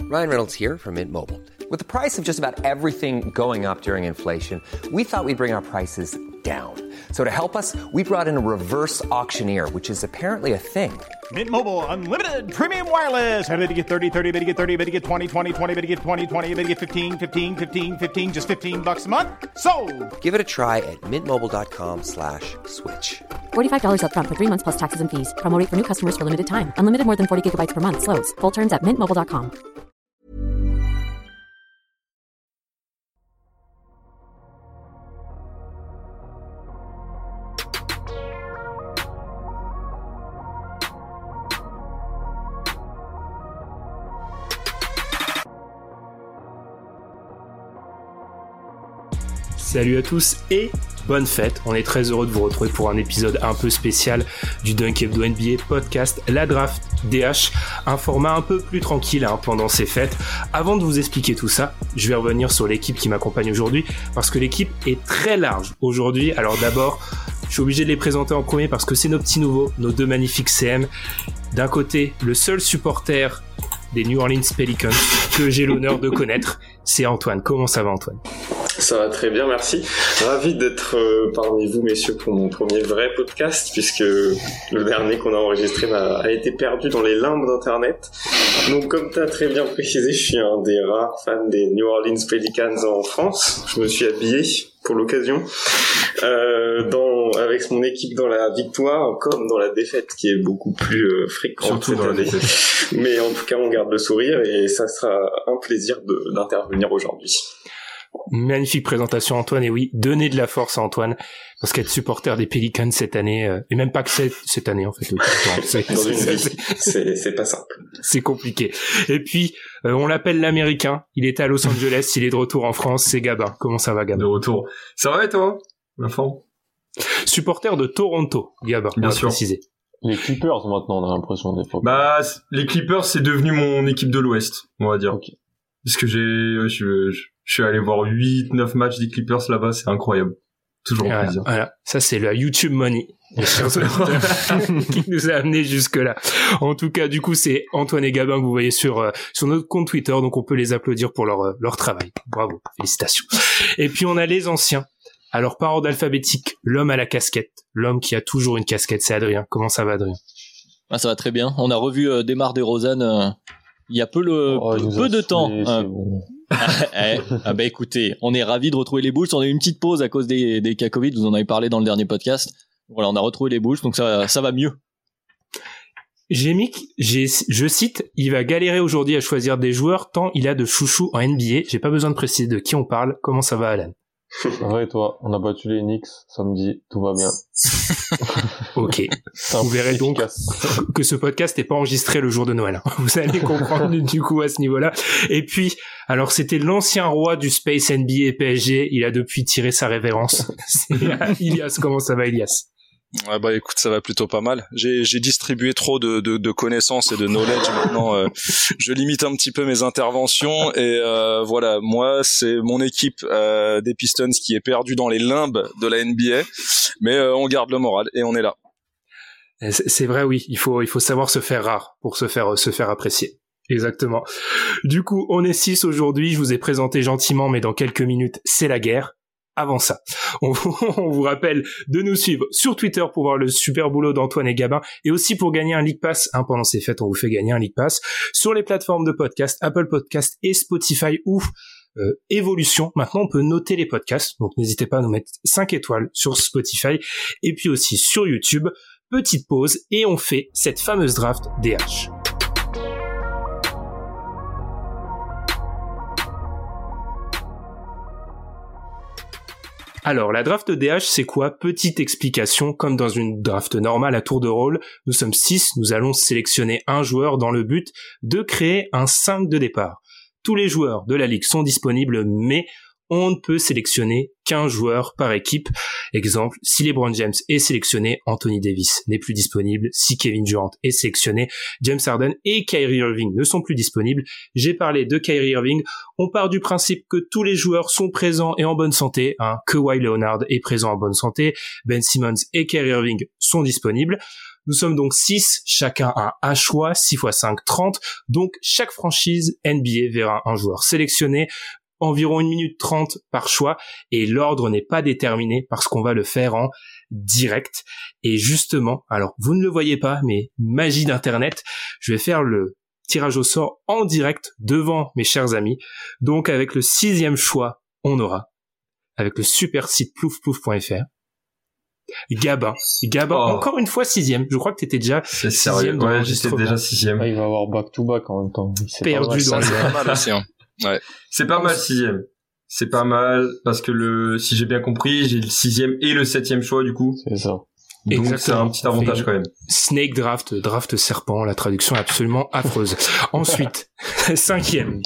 Ryan Reynolds here from Mint Mobile. With the price of just about everything going up during inflation, we thought we'd bring our prices down. So to help us, we brought in a reverse auctioneer, which is apparently a thing. Mint Mobile Unlimited Premium Wireless. How to get 30, 30, bit to get 30, bit to get 20, 20, 20, bit to get 20, 20, bit to get 15, 15, 15, 15, just $15 a month? Sold! Give it a try at mintmobile.com/switch. $45 up front for 3 months plus taxes and fees. Promo rate for new customers for limited time. Unlimited more than 40 gigabytes per month. Slows full terms at mintmobile.com. Salut à tous et bonne fête. On est très heureux de vous retrouver pour un épisode un peu spécial du Dunk Hebdo NBA podcast, la draft DH, un format un peu plus tranquille pendant ces fêtes. Avant de vous expliquer tout ça, je vais revenir sur l'équipe qui m'accompagne aujourd'hui parce que l'équipe est très large aujourd'hui. Alors d'abord, je suis obligé de les présenter en premier parce que c'est nos petits nouveaux, nos deux magnifiques CM. D'un côté, le seul supporter des New Orleans Pelicans que j'ai l'honneur de connaître, c'est Antoine. Comment ça va, Antoine ? Ça va très bien, merci. Ravi d'être parmi vous, messieurs, pour mon premier vrai podcast, puisque le dernier qu'on a enregistré a été perdu dans les limbes d'Internet. Donc, comme tu as très bien précisé, je suis un des rares fans des New Orleans Pelicans en France. Je me suis habillé pour l'occasion, avec mon équipe dans la victoire, comme dans la défaite, qui est beaucoup plus fréquente cette année. Mais en tout cas, on garde le sourire et ça sera un plaisir d'intervenir aujourd'hui. Magnifique présentation, Antoine. Et oui, donnez de la force à Antoine, parce qu'être supporter des Pelicans cette année, et même pas que cette année en fait, c'est pas simple. C'est compliqué. Et puis, on l'appelle l'Américain. Il était à Los Angeles, il est de retour en France. C'est Gabin. Comment ça va, Gabin ? De retour. Ça va et toi, l'enfant ? Supporter de Toronto, Gabin. Bien sûr. Préciser. Les Clippers, maintenant, on a l'impression des fois. Bah, les Clippers, c'est devenu mon équipe de l'Ouest, on va dire. Okay. Parce que je suis allé voir 8-9 matchs des Clippers là-bas, c'est incroyable. Toujours un plaisir. Voilà. Ça, c'est la YouTube Money, les chers auditeurs, qui nous a amenés jusque-là. En tout cas, du coup, c'est Antoine et Gabin que vous voyez sur notre compte Twitter, donc on peut les applaudir pour leur travail. Bravo, félicitations. Et puis, on a les anciens. Alors, par ordre alphabétique, l'homme à la casquette. L'homme qui a toujours une casquette, c'est Adrien. Comment ça va, Adrien ? Ah, ça va très bien. On a revu Demar DeRozan il y a peu de temps. Bon. Ah bah écoutez, on est ravis de retrouver les Bulls. On a eu une petite pause à cause des cas Covid, vous en avez parlé dans le dernier podcast. Voilà, on a retrouvé les Bulls, donc ça va mieux. Je cite, il va galérer aujourd'hui à choisir des joueurs tant il a de chouchous en NBA. J'ai pas besoin de préciser de qui on parle. Comment ça va, Alan ? Ouais, toi, on a battu les Knicks samedi, tout va bien. Ok. Vous verrez donc que ce podcast n'est pas enregistré le jour de Noël. Vous allez comprendre du coup à ce niveau-là. Et puis, alors c'était l'ancien roi du Space NBA et PSG. Il a depuis tiré sa révérence. C'est Ilias. Comment ça va, Ilias ? Ouais, bah écoute, ça va plutôt pas mal. J'ai distribué trop de connaissances et de knowledge maintenant. Je limite un petit peu mes interventions et voilà, moi c'est mon équipe des Pistons qui est perdue dans les limbes de la NBA, mais on garde le moral et on est là. C'est vrai, oui. Il faut savoir se faire rare pour se faire apprécier. Exactement. Du coup, on est 6 aujourd'hui. Je vous ai présenté gentiment, mais dans quelques minutes, c'est la guerre. Avant ça, on vous rappelle de nous suivre sur Twitter pour voir le super boulot d'Antoine et Gabin et aussi pour gagner un League Pass. Pendant ces fêtes, on vous fait gagner un League Pass sur les plateformes de podcast, Apple Podcast et Spotify ou Évolution. Maintenant, on peut noter les podcasts, donc n'hésitez pas à nous mettre 5 étoiles sur Spotify et puis aussi sur YouTube. Petite pause et on fait cette fameuse draft DH. Alors, la draft DH, c'est quoi ? Petite explication, comme dans une draft normale à tour de rôle, nous sommes 6, nous allons sélectionner un joueur dans le but de créer un 5 de départ. Tous les joueurs de la ligue sont disponibles, mais on ne peut sélectionner qu'un joueur par équipe. Exemple, si LeBron James est sélectionné, Anthony Davis n'est plus disponible. Si Kevin Durant est sélectionné, James Harden et Kyrie Irving ne sont plus disponibles. J'ai parlé de Kyrie Irving. On part du principe que tous les joueurs sont présents et en bonne santé. Kawhi Leonard est présent en bonne santé. Ben Simmons et Kyrie Irving sont disponibles. Nous sommes donc 6, chacun a un choix, 6 x 5, 30. Donc chaque franchise NBA verra un joueur sélectionné, environ 1 minute 30 par choix, et l'ordre n'est pas déterminé parce qu'on va le faire en direct. Et justement, alors vous ne le voyez pas, mais magie d'internet, je vais faire le tirage au sort en direct devant mes chers amis. Donc avec le 6e choix, on aura, avec le super site ploufplouf.fr, Gabin, encore une fois 6e. Je crois que t'étais déjà 6e dans l'enregistrement. J'étais déjà 6e. Il va avoir back-to-back en même temps. Perdu dans les pas mal aussi, hein. Ouais. C'est pas mal 6e. C'est pas mal parce que si j'ai bien compris, j'ai le 6e et le 7e choix du coup. C'est ça. Donc c'est un petit avantage quand même. Snake draft serpent, la traduction est absolument affreuse. Ensuite, 5e.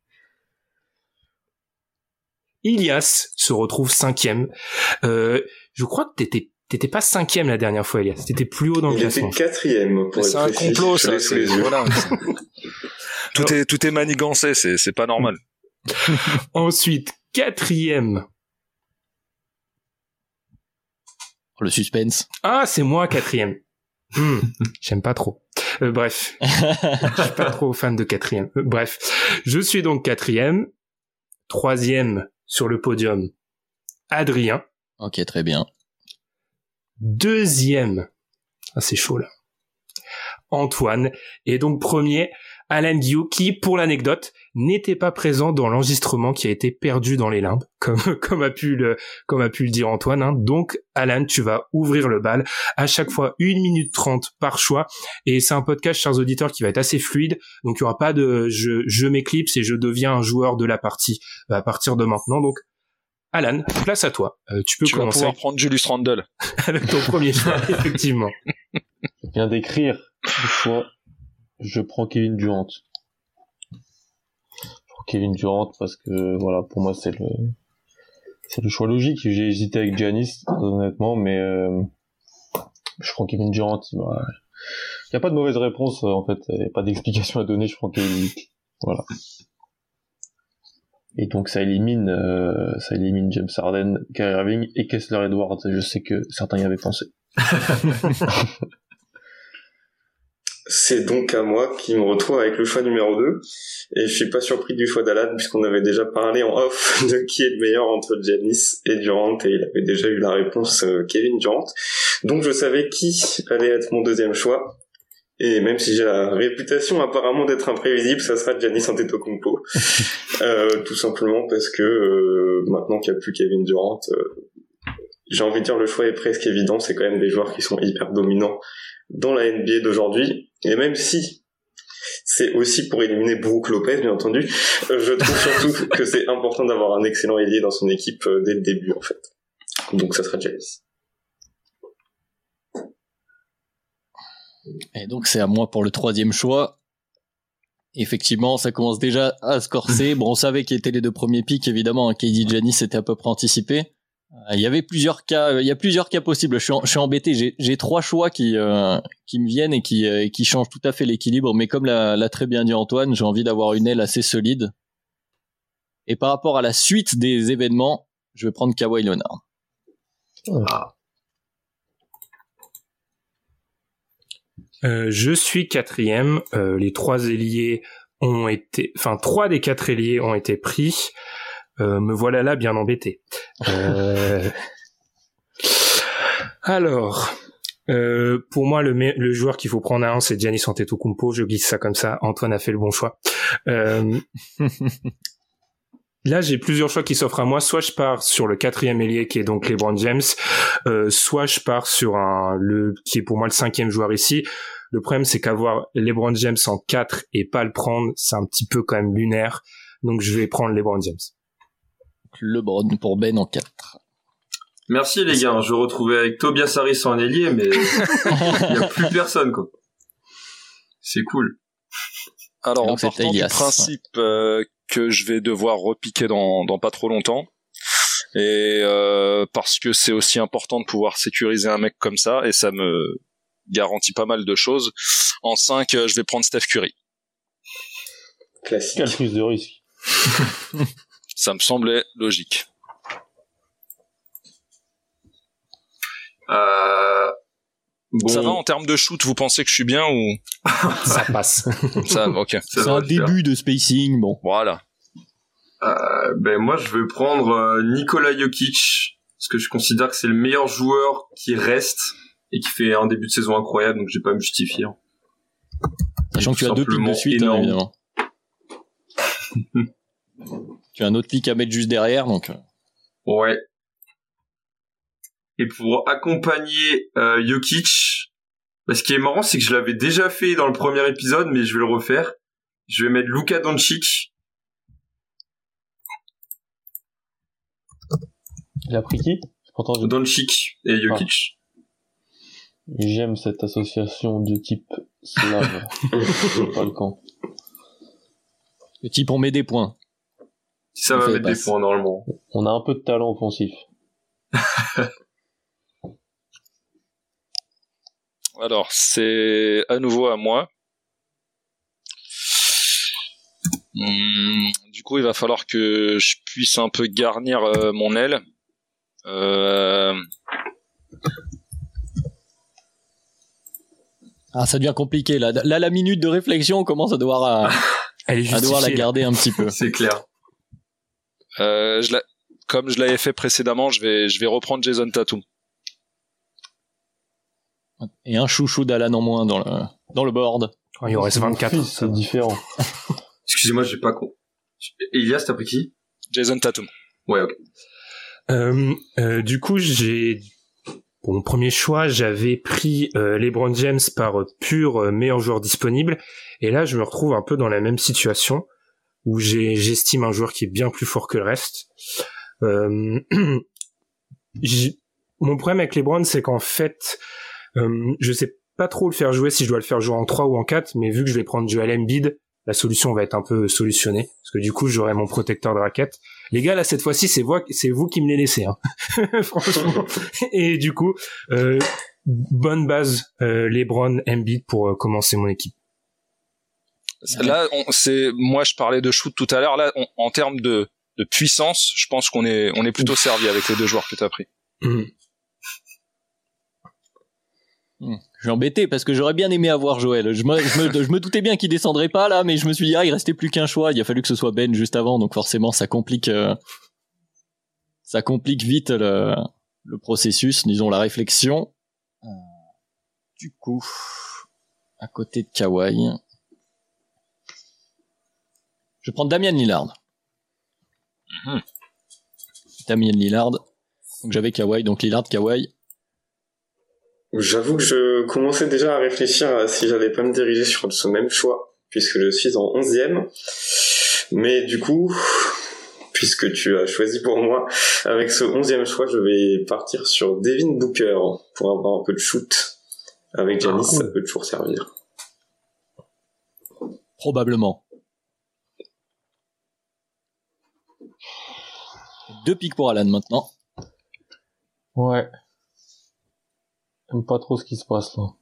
Ilias se retrouve 5e. Je crois que t'étais pas 5e la dernière fois, Ilias. T'étais plus haut dans le classement. Il était 4e. C'est un complot, ça. Voilà. Tout est manigancé, c'est pas normal. Ensuite, 4e. Le suspense. Ah, c'est moi 4e. J'aime pas trop. Bref. Je suis pas trop fan de 4e. Bref. Je suis donc 4e. 3e sur le podium, Adrien. Ok, très bien. 2e. Ah, c'est chaud, là. Antoine. Et donc, premier, Alan Guillou, qui, pour l'anecdote, n'était pas présent dans l'enregistrement qui a été perdu dans les limbes, comme a pu le dire Antoine, hein. Donc, Alan, tu vas ouvrir le bal. À chaque fois, 1 minute 30 par choix. Et c'est un podcast, chers auditeurs, qui va être assez fluide. Donc, il n'y aura pas de je m'éclipse et je deviens un joueur de la partie à partir de maintenant. Donc, Alan, place à toi. Tu peux commencer. Tu vas pouvoir prendre Julius Randle. Avec ton premier choix, effectivement. Je viens d'écrire le choix. Je prends Kevin Durant. Kevin Durant parce que voilà, pour moi c'est le choix logique. J'ai hésité avec Giannis honnêtement, mais je prends Kevin Durant. Il y a pas de mauvaise réponse en fait, il y a pas d'explication à donner. Je prends Kevin. Voilà. Et donc ça élimine James Harden, Kyrie Irving et Kessler Edwards. Je sais que certains y avaient pensé. C'est donc à moi qui me retrouve avec le choix numéro 2. Et je suis pas surpris du choix d'Alan, puisqu'on avait déjà parlé en off de qui est le meilleur entre Giannis et Durant, et il avait déjà eu la réponse Kevin Durant. Donc je savais qui allait être mon deuxième choix. Et même si j'ai la réputation apparemment d'être imprévisible, ça sera Giannis Antetokounmpo. Tout simplement parce que maintenant qu'il n'y a plus Kevin Durant, j'ai envie de dire le choix est presque évident. C'est quand même des joueurs qui sont hyper dominants dans la NBA d'aujourd'hui. Et même si c'est aussi pour éliminer Brook Lopez, bien entendu, je trouve surtout que c'est important d'avoir un excellent ailier dans son équipe dès le début, en fait. Donc ça sera Giannis. Et donc c'est à moi pour le 3e choix. Effectivement, ça commence déjà à se corser. Bon, on savait qui étaient les 2 premiers pics, évidemment. KD Giannis était à peu près anticipé. Il y avait plusieurs cas, il y a plusieurs cas possibles. Je suis embêté. J'ai 3 choix qui me viennent et qui changent tout à fait l'équilibre. Mais comme l'a très bien dit Antoine, j'ai envie d'avoir une aile assez solide. Et par rapport à la suite des événements, je vais prendre Kawhi Leonard. Ah. Je suis 4e. Les 3 ailiers ont été, enfin 3 des 4 ailiers ont été pris. Me voilà là bien embêté. Alors, pour moi, le joueur qu'il faut prendre à 1, c'est Giannis Antetokounmpo. Je glisse ça comme ça. Antoine a fait le bon choix. Là, j'ai plusieurs choix qui s'offrent à moi. Soit je pars sur le 4e ailier qui est donc LeBron James, soit je pars sur qui est pour moi le 5e joueur ici. Le problème, c'est qu'avoir LeBron James en 4 et pas le prendre, c'est un petit peu quand même lunaire. Donc je vais prendre LeBron James. LeBron pour Ben en 4. Merci les gars, je retrouvais avec Tobias Harris en ailier, mais il n'y a plus personne quoi. C'est cool. Alors en partant du principe que je vais devoir repiquer dans pas trop longtemps, et parce que c'est aussi important de pouvoir sécuriser un mec comme ça, et ça me garantit pas mal de choses. En 5, je vais prendre Steph Curry. Classique. Quelle prise de risque. Ça me semblait logique. Bon. Ça va en termes de shoot, vous pensez que je suis bien ou Ça passe. ça ok. C'est un début de spacing, bon. Voilà. Moi, je vais prendre Nikola Jokic, parce que je considère que c'est le meilleur joueur qui reste et qui fait un début de saison incroyable, donc je vais pas me justifier. Sachant que tu as 2 pics de suite, hein, évidemment. Tu as un autre pic à mettre juste derrière, donc. Ouais. Et pour accompagner Jokic, ce qui est marrant, c'est que je l'avais déjà fait dans le premier épisode, mais je vais le refaire. Je vais mettre Luka Doncic. Il a pris qui? Doncic et Jokic. J'aime cette association de type slave. Pas le camp. Le type, on met des points. Ça va mettre des points, normalement. On a un peu de talent offensif. Alors, c'est à nouveau à moi. Du coup, il va falloir que je puisse un peu garnir mon aile. Ah, ça devient compliqué, là. Là, la minute de réflexion, on commence à devoir la garder un petit peu. C'est clair. Comme je l'avais fait précédemment, je vais reprendre Jason Tatum. Et un chouchou d'Alan en moins dans le board. Oh, il en reste 24. C'est différent. Excusez-moi, j'ai pas con. Elias, t'as pris qui? Jason Tatum. Ouais, ok. Du coup, pour mon premier choix, j'avais pris LeBron James par pur meilleur joueur disponible. Et là, je me retrouve un peu dans la même situation où j'estime un joueur qui est bien plus fort que le reste. Mon problème avec LeBron, c'est qu'en fait, je sais pas trop le faire jouer si je dois le faire jouer en 3 ou en 4, mais vu que je vais prendre Joel Embiid, la solution va être un peu solutionnée, parce que du coup, j'aurai mon protecteur de raquette. Les gars, là, cette fois-ci, c'est vous qui me les laissez, hein. Franchement. Et du coup, bonne base, LeBron, Embiid pour commencer mon équipe. Là, moi, je parlais de shoot tout à l'heure. Là, en termes de puissance, je pense qu'on est plutôt servi avec les deux joueurs que t'as pris. Je suis embêté parce que j'aurais bien aimé avoir Joël. Je me doutais bien qu'il descendrait pas là, mais je me suis dit il restait plus qu'un choix. Il a fallu que ce soit Ben juste avant, donc forcément ça complique vite le processus, disons la réflexion. Du coup, à côté de Kawhi, je vais prendre Damian Lillard. Damian Lillard. Donc j'avais Kawhi, donc Lillard, Kawhi. J'avoue que je commençais déjà à réfléchir à si j'allais pas me diriger sur ce même choix, puisque je suis en 11e. Mais du coup, puisque tu as choisi pour moi, avec ce 11e choix, je vais partir sur Devin Booker pour avoir un peu de shoot. Avec Giannis, ça peut toujours servir. Probablement. 2 pics pour Alan maintenant. Ouais. J'aime pas trop ce qui se passe là.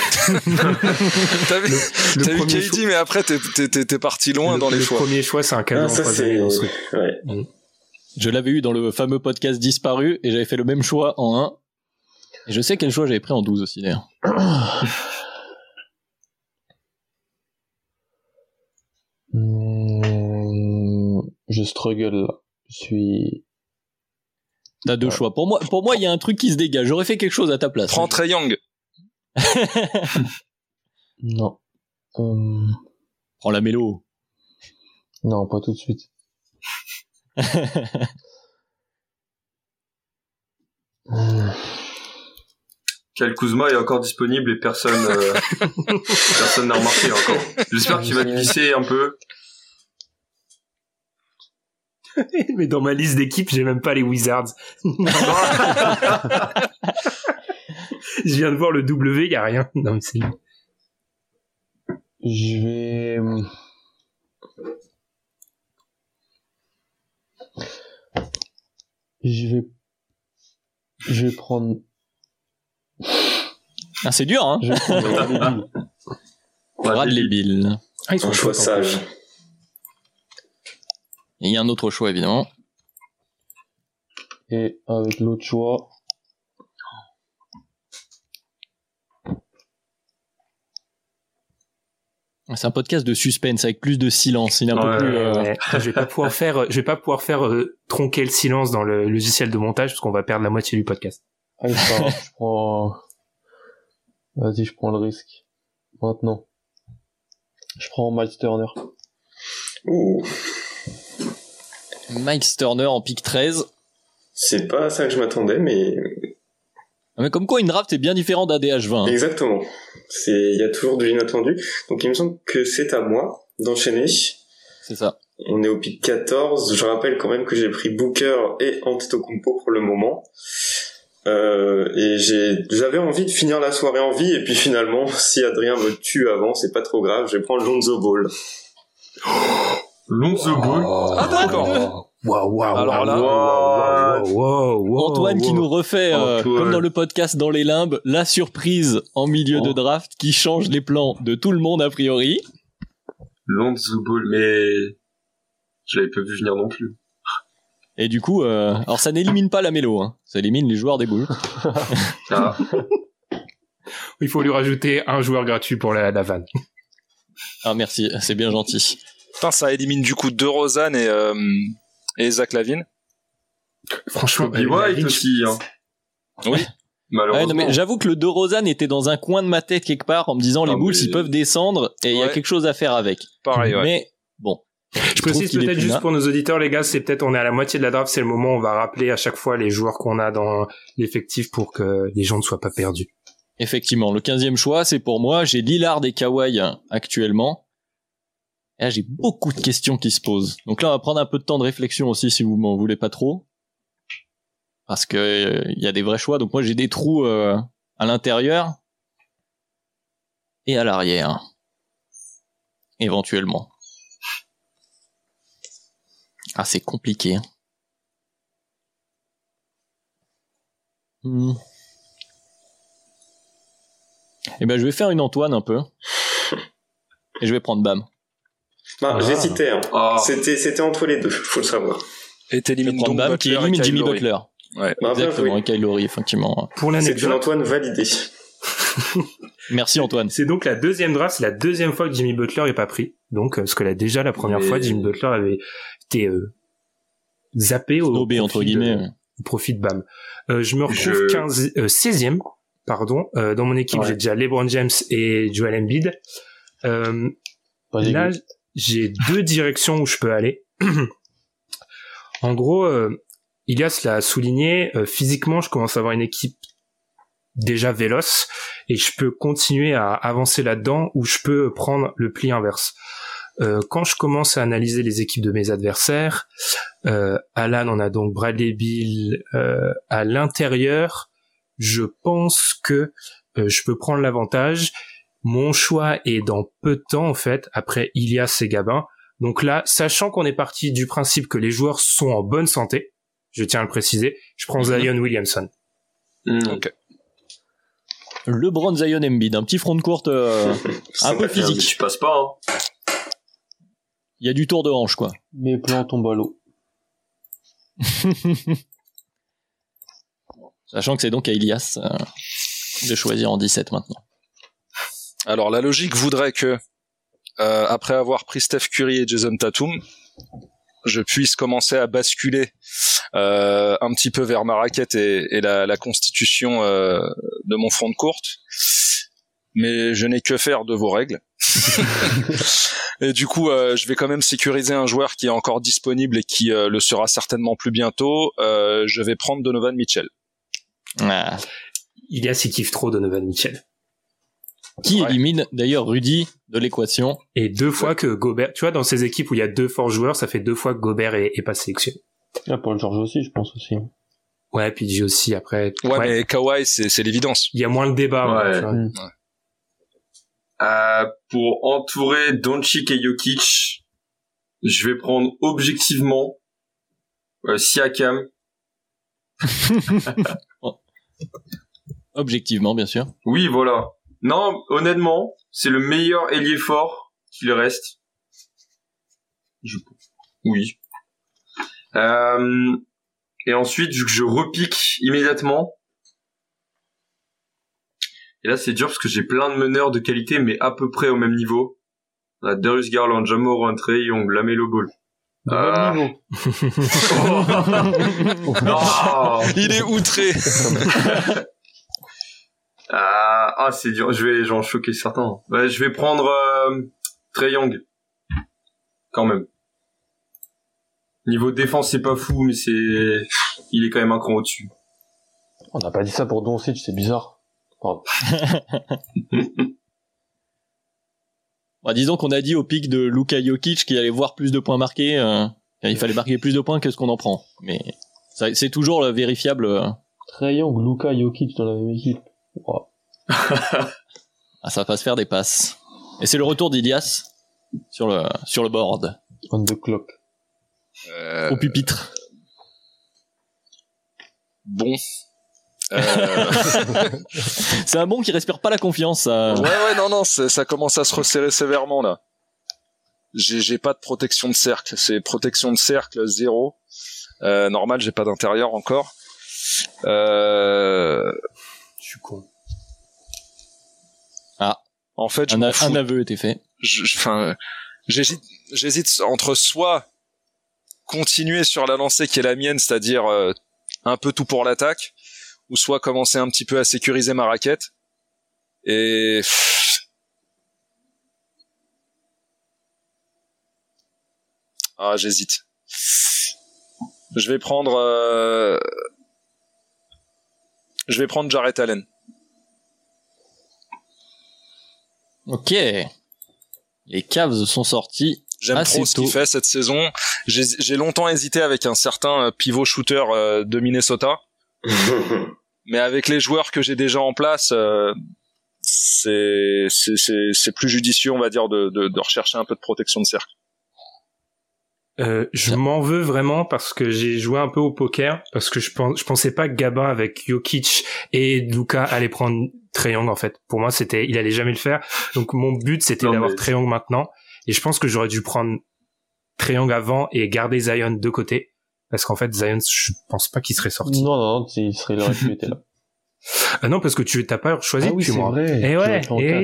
T'as vu KD, mais après t'es parti loin dans les choix. Le premier choix, c'est un cadeau empoisonné dans ce truc. Ouais. Je l'avais eu dans le fameux podcast disparu et j'avais fait le même choix en 1. Et je sais quel choix j'avais pris en 12 aussi d'ailleurs. Je struggle là. Je suis... T'as 2 choix. Pour moi, il y a un truc qui se dégage. J'aurais fait quelque chose à ta place. Prends Trae Young. Non. Prends la mélo. Non, pas tout de suite. Kyle Kuzma est encore disponible et personne n'a remarqué encore. J'espère qu'il va glisser un peu. Mais dans ma liste d'équipes, j'ai même pas les Wizards. Je viens de voir le W, il y a rien. Non, mais c'est... Je vais prendre... Ah, c'est dur, hein. Je vais prendre Bradley Beal. Ah, ils sont Un choix sage. Et il y a un autre choix, évidemment. Et avec l'autre choix... C'est un podcast de suspense avec plus de silence. Il est un peu plus. Je vais pas pouvoir faire tronquer le silence dans le logiciel de montage parce qu'on va perdre la moitié du podcast. Allez, je prends le risque. Maintenant. Je prends Miles Turner. Ouh. Miles Turner en pick 13. C'est pas ça que je m'attendais, mais... Mais comme quoi, une draft est bien différent d'un DH20. Hein. Exactement. Il y a toujours de l'inattendu. Donc il me semble que c'est à moi d'enchaîner. C'est ça. On est au pick 14. Je rappelle quand même que j'ai pris Booker et Antetokounmpo pour le moment. Et j'avais envie de finir la soirée en vie, et puis finalement, si Adrien me tue avant, c'est pas trop grave, je vais prendre Lonzo Ball. Lonzo Ball. Ah d'accord. Waouh. Alors là, Antoine qui nous refait, comme dans le podcast Dans les Limbes, la surprise en milieu de draft qui change les plans de tout le monde a priori. Lonzo Ball, mais je l'avais pas vu venir non plus. Et du coup, alors ça n'élimine pas la mélo, hein. Ça élimine les joueurs des Bulls. Ah. Il faut lui rajouter un joueur gratuit pour la vanne. Ah merci, c'est bien gentil. Putain, ça élimine du coup DeRozan et Zach LaVine. Franchement, Kobe White aussi, hein. Oui. Malheureusement. Ouais, non, mais j'avoue que le DeRozan était dans un coin de ma tête quelque part en me disant les Bulls ils peuvent descendre et il y a quelque chose à faire avec. Pareil, ouais. Mais bon. Je précise peut-être juste pour nos auditeurs, les gars, on est à la moitié de la draft, c'est le moment où on va rappeler à chaque fois les joueurs qu'on a dans l'effectif pour que les gens ne soient pas perdus. Effectivement, le 15e choix, c'est pour moi. J'ai Lillard et Kawhi actuellement. Et là, j'ai beaucoup de questions qui se posent. Donc là, on va prendre un peu de temps de réflexion aussi si vous m'en voulez pas trop. Parce que il y a des vrais choix. Donc moi, j'ai des trous à l'intérieur et à l'arrière. Éventuellement. Ah, c'est compliqué. Eh ben, je vais faire une Antoine un peu. Et je vais prendre Bam. J'hésitais, hein. C'était entre les deux, faut le savoir. Et t'élimines donc Bam Butler qui élimine Jimmy Lowry. Butler. Ouais. Exactement, et Kyle Lowry, effectivement. Pour C'est l'anecdote, une Antoine validée. Merci Antoine. c'est donc la deuxième draft, c'est la deuxième fois que Jimmy Butler est pas pris. Donc, parce que déjà la première fois, Jimmy Butler avait été zappé au profit de Bam. Je me retrouve 16e, dans mon équipe, j'ai déjà LeBron James et Joel Embiid. Là, j'ai deux directions où je peux aller. En gros, Ilias l'a souligné, physiquement, je commence à avoir une équipe déjà véloce et je peux continuer à avancer là-dedans ou je peux prendre le pli inverse. Quand je commence à analyser les équipes de mes adversaires, Alan, on a donc Bradley Beal à l'intérieur. Je pense que je peux prendre l'avantage. Mon choix est dans peu de temps, en fait, après Ilias et Gabin. Donc là, sachant qu'on est parti du principe que les joueurs sont en bonne santé, je tiens à le préciser, je prends Zion Williamson. Ok. LeBron, Zion, Embiid, un petit front de courte un peu physique. Tu passes pas, hein. Il y a du tour de hanche, quoi. Mes plans tombent à l'eau. Sachant que c'est donc à Ilias de choisir en 17 maintenant. Alors la logique voudrait que après avoir pris Steph Curry et Jason Tatum, je puisse commencer à basculer un petit peu vers ma raquette et la constitution de mon front de courte. Mais je n'ai que faire de vos règles. Et du coup, je vais quand même sécuriser un joueur qui est encore disponible et qui le sera certainement plus bientôt. Je vais prendre Donovan Mitchell. Ah. Ilias, il kiffe trop Donovan Mitchell. Qui élimine d'ailleurs Rudy de l'équation. Et 2 fois que Gobert, tu vois, dans ces équipes où il y a 2 forts joueurs, ça fait 2 fois que Gobert est pas sélectionné. Ah, Paul George aussi, je pense aussi. Ouais, PG aussi, après. Ouais, mais Kawhi, c'est l'évidence. Il y a moins le débat. Ouais. Pour entourer Doncic et Jokic, je vais prendre objectivement Siakam. Objectivement, bien sûr. Oui, voilà. Non, honnêtement, c'est le meilleur ailier fort qu'il reste. Oui. Et ensuite, vu que je repique immédiatement, et là c'est dur parce que j'ai plein de meneurs de qualité, mais à peu près au même niveau. On a Darius Garland, Ja Morant, Trae Young, LaMelo Ball. De même niveau. Non. Il est outré. C'est dur. Je vais en choquer certains. Ouais, je vais prendre Trae Young. Quand même. Niveau défense, c'est pas fou, mais il est quand même un cran au-dessus. On n'a pas dit ça pour Doncic, c'est bizarre. Pardon. Bah, disons qu'on a dit au pic de Luka Jokic qu'il allait voir plus de points marqués. Il fallait marquer plus de points que ce qu'on en prend. Mais c'est toujours vérifiable. Trae Young, Luka Jokic dans la même équipe. Wow. Ça va pas se faire des passes. Et c'est le retour d'Ilias sur le board. On the clock. Au pupitre. Bon. C'est un bon qui respire pas la confiance. Ça. Ouais, non, ça commence à se resserrer sévèrement là. J'ai pas de protection de cercle. C'est protection de cercle 0. Normal, j'ai pas d'intérieur encore. Je suis con. En fait, un aveu était fait. J'hésite entre soit continuer sur la lancée qui est la mienne, c'est-à-dire un peu tout pour l'attaque, ou soit commencer un petit peu à sécuriser ma raquette. Et j'hésite. Je vais prendre Jarrett Allen. Ok. Les Cavs sont sortis. J'aime trop ce qu'il fait cette saison. J'ai longtemps hésité avec un certain pivot shooter de Minnesota. Mais avec les joueurs que j'ai déjà en place, c'est plus judicieux, on va dire, de rechercher un peu de protection de cercle. Je m'en veux vraiment parce que j'ai joué un peu au poker, parce que je pensais pas que Gabin avec Jokic et Luka allait prendre Trae Young en fait. Pour moi, il allait jamais le faire. Donc mon but c'était d'avoir Trae Young maintenant, et je pense que j'aurais dû prendre Trae Young avant et garder Zion de côté, parce qu'en fait Zion, je pense pas qu'il serait sorti. Non, il aurait pu être là. Non, parce que t'as pas choisi depuis moi. Vrai. Et ouais.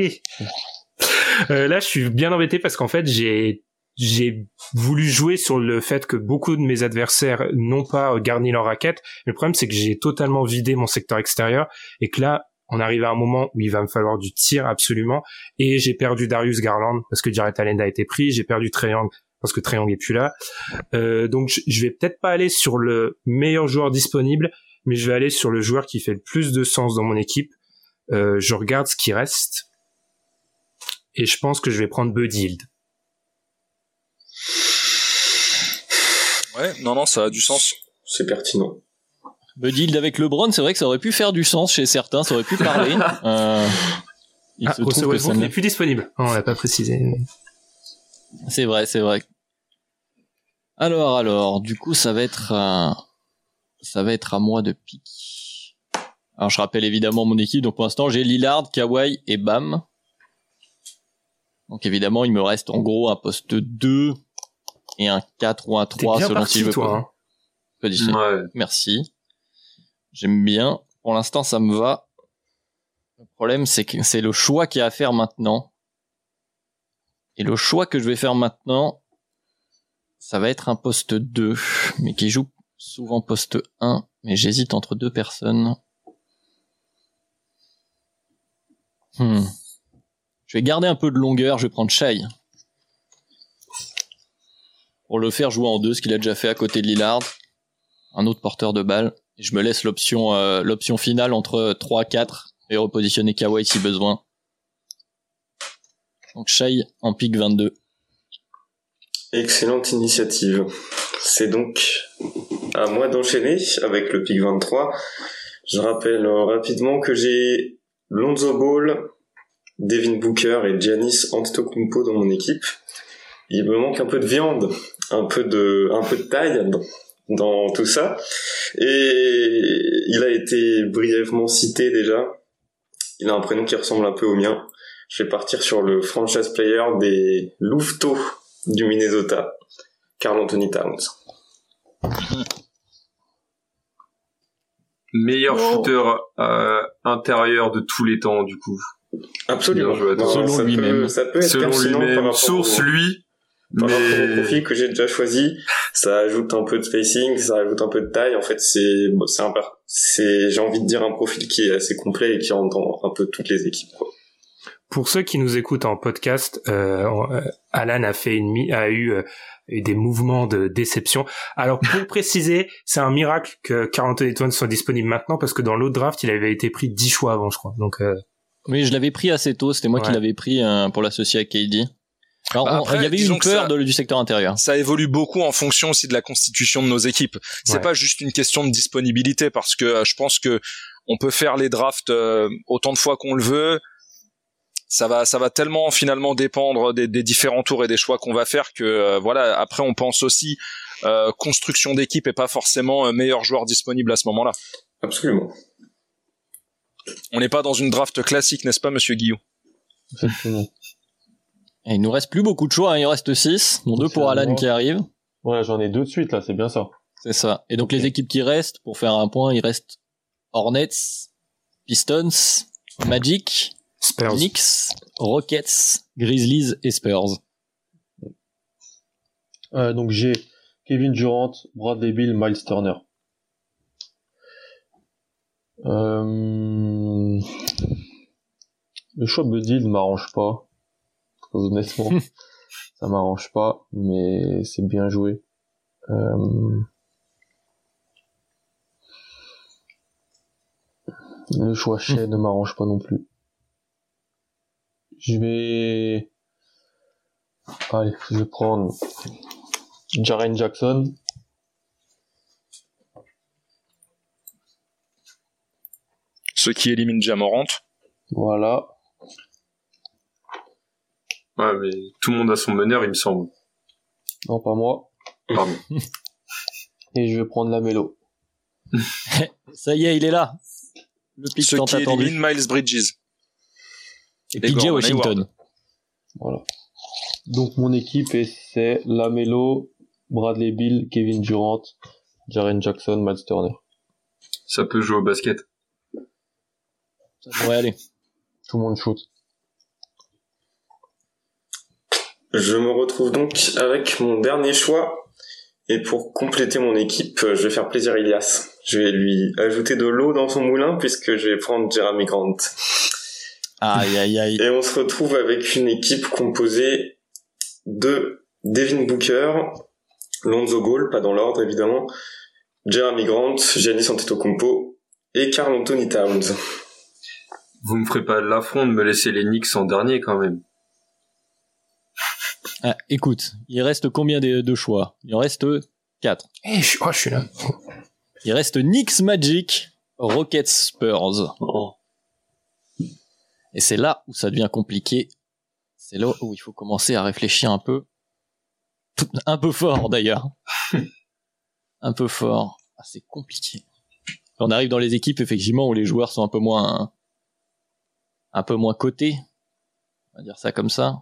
Là, je suis bien embêté parce qu'en fait, j'ai voulu jouer sur le fait que beaucoup de mes adversaires n'ont pas garni leur raquette. Mais le problème, c'est que j'ai totalement vidé mon secteur extérieur et que là, on arrive à un moment où il va me falloir du tir absolument. Et j'ai perdu Darius Garland parce que Jarrett Allen a été pris. J'ai perdu Trae Young parce que Trae Young est plus là. Donc, je vais peut-être pas aller sur le meilleur joueur disponible, mais je vais aller sur le joueur qui fait le plus de sens dans mon équipe. Je regarde ce qui reste et je pense que je vais prendre Buddy Hield. Ouais, non, ça a du sens. C'est pertinent. Buddy Hield avec LeBron, c'est vrai que ça aurait pu faire du sens chez certains, ça aurait pu parler. Il se trouve que ça n'est plus disponible. On l'a pas précisé. Mais... C'est vrai. Alors, du coup, ça va être à moi de pick. Alors, je rappelle évidemment mon équipe. Donc, pour l'instant, j'ai Lillard, Kawhi et Bam. Donc, évidemment, il me reste en gros un poste 2 et un 4 ou un 3 selon si je veux pas. Ouais. Merci. J'aime bien. Pour l'instant, ça me va. Le problème, c'est que c'est le choix qu'il y a à faire maintenant. Et le choix que je vais faire maintenant, ça va être un poste 2, mais qui joue souvent poste 1, mais j'hésite entre deux personnes. Je vais garder un peu de longueur, je vais prendre Shai. Pour le faire jouer en 2, ce qu'il a déjà fait à côté de Lillard. Un autre porteur de balle. Et je me laisse l'option finale entre 3-4 et repositionner Kawhi si besoin. Donc Shai en pick 22. Excellente initiative. C'est donc à moi d'enchaîner avec le pick 23. Je rappelle rapidement que j'ai Lonzo Ball, Devin Booker et Giannis Antetokounmpo dans mon équipe. Il me manque un peu de viande, un peu de taille dans tout ça. Et il a été brièvement cité déjà. Il a un prénom qui ressemble un peu au mien. Je vais partir sur le franchise player des Louveteaux du Minnesota, Karl Anthony Towns. Meilleur shooter intérieur de tous les temps, du coup. Absolument. Selon lui-même. Ça peut être Selon pertinent par lui-même, rapport source lui. par rapport au Mais profil que j'ai déjà choisi. Ça ajoute un peu de spacing, ça ajoute un peu de taille. En fait, c'est j'ai envie de dire un profil qui est assez complet et qui rentre dans un peu toutes les équipes, quoi. Pour ceux qui nous écoutent en podcast, Alan a eu des mouvements de déception. Alors pour préciser, c'est un miracle que Karl Anthony Towns soit disponible maintenant parce que dans l'autre draft, il avait été pris 10 choix avant, je crois. Donc Oui, je l'avais pris assez tôt. C'était moi qui l'avais pris pour l'associer à KD. Alors, Après, il y avait eu une peur du secteur intérieur. Ça évolue beaucoup en fonction aussi de la constitution de nos équipes. C'est pas juste une question de disponibilité, parce que je pense que on peut faire les drafts autant de fois qu'on le veut. Ça va tellement finalement dépendre des différents tours et des choix qu'on va faire que voilà. Après, on pense aussi construction d'équipe et pas forcément meilleur joueur disponible à ce moment-là. Absolument. On n'est pas dans une draft classique, n'est-ce pas, Monsieur Guillou? Exactement. Et il nous reste plus beaucoup de choix, hein. Il en reste 6, dont 2 pour Alan qui arrive. Ouais, j'en ai 2 de suite, là, c'est bien ça. C'est ça. Et donc les équipes qui restent, pour faire un point, il reste Hornets, Pistons, Magic, Spurs, Knicks, Rockets, Grizzlies et Spurs. Donc j'ai Kevin Durant, Bradley Beal, Miles Turner. Le choix de Buddy ne m'arrange pas. Très honnêtement. Ça m'arrange pas, mais c'est bien joué. Le choix Shea ne m'arrange pas non plus. Je vais prendre Jaren Jackson. Ceux qui éliminent Ja Morant. Voilà. ouais, mais tout le monde a son meneur, il me semble. Non, pas moi. Pardon. Et je vais prendre Lamelo. Ça y est, il est là. Le pick Ceux tant qui attendu. éliminent Miles Bridges. Et les PJ Gordon Washington. Hayward. Voilà. Donc mon équipe c'est Lamelo, Bradley Beal, Kevin Durant, Jaren Jackson, Miles Turner. Ça peut jouer au basket. Ça devrait aller. Tout le monde shoot. Je me retrouve donc avec mon dernier choix. Et pour compléter mon équipe, je vais faire plaisir à Ilias. Je vais lui ajouter de l'eau dans son moulin puisque je vais prendre Jeremy Grant. Aïe, aïe, aïe. Et on se retrouve avec une équipe composée de Devin Booker, Lonzo Ball, pas dans l'ordre évidemment, Jeremy Grant, Giannis Antetokounmpo et Karl Anthony Towns. Vous me ferez pas l'affront de me laisser les Knicks en dernier quand même. Ah, écoute, il reste combien de choix? Il en reste 4. je suis là. Il reste Knicks, Magic, Rockets, Spurs. Oh. Et c'est là où ça devient compliqué. C'est là où il faut commencer à réfléchir un peu. Un peu fort d'ailleurs. Un peu fort. Ah, c'est compliqué. On arrive dans les équipes effectivement où les joueurs sont un peu moins cotés. On va dire ça comme ça.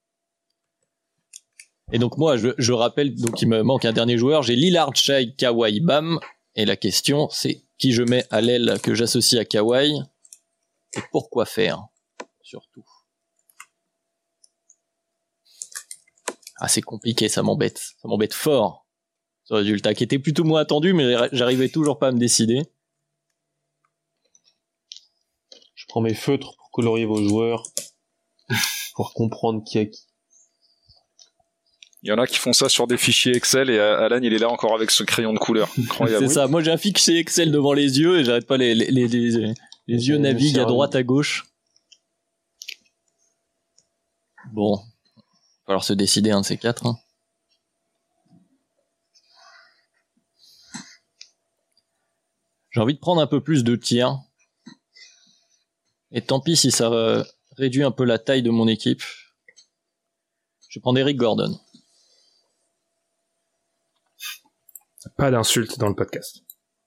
Et donc moi, je rappelle, donc il me manque un dernier joueur. J'ai Lillard, Shai, Kawhi, Bam. Et la question, c'est qui je mets à l'aile que j'associe à Kawhi et pourquoi faire, surtout. Ah, c'est compliqué, ça m'embête fort. Ce résultat qui était plutôt moins attendu, mais j'arrivais toujours pas à me décider. Je prends mes feutres pour colorier vos joueurs, pour comprendre qui a qui. Il y en a qui font ça sur des fichiers Excel et Alan il est là encore avec ce crayon de couleur. Incroyable. C'est ça, moi j'ai un fichier Excel devant les yeux et j'arrête pas les yeux naviguent à droite à gauche. Bon, il va falloir se décider un de ces 4. Hein. J'ai envie de prendre un peu plus de tirs. Et tant pis si ça réduit un peu la taille de mon équipe. Je vais prendre Eric Gordon. Pas d'insultes dans le podcast.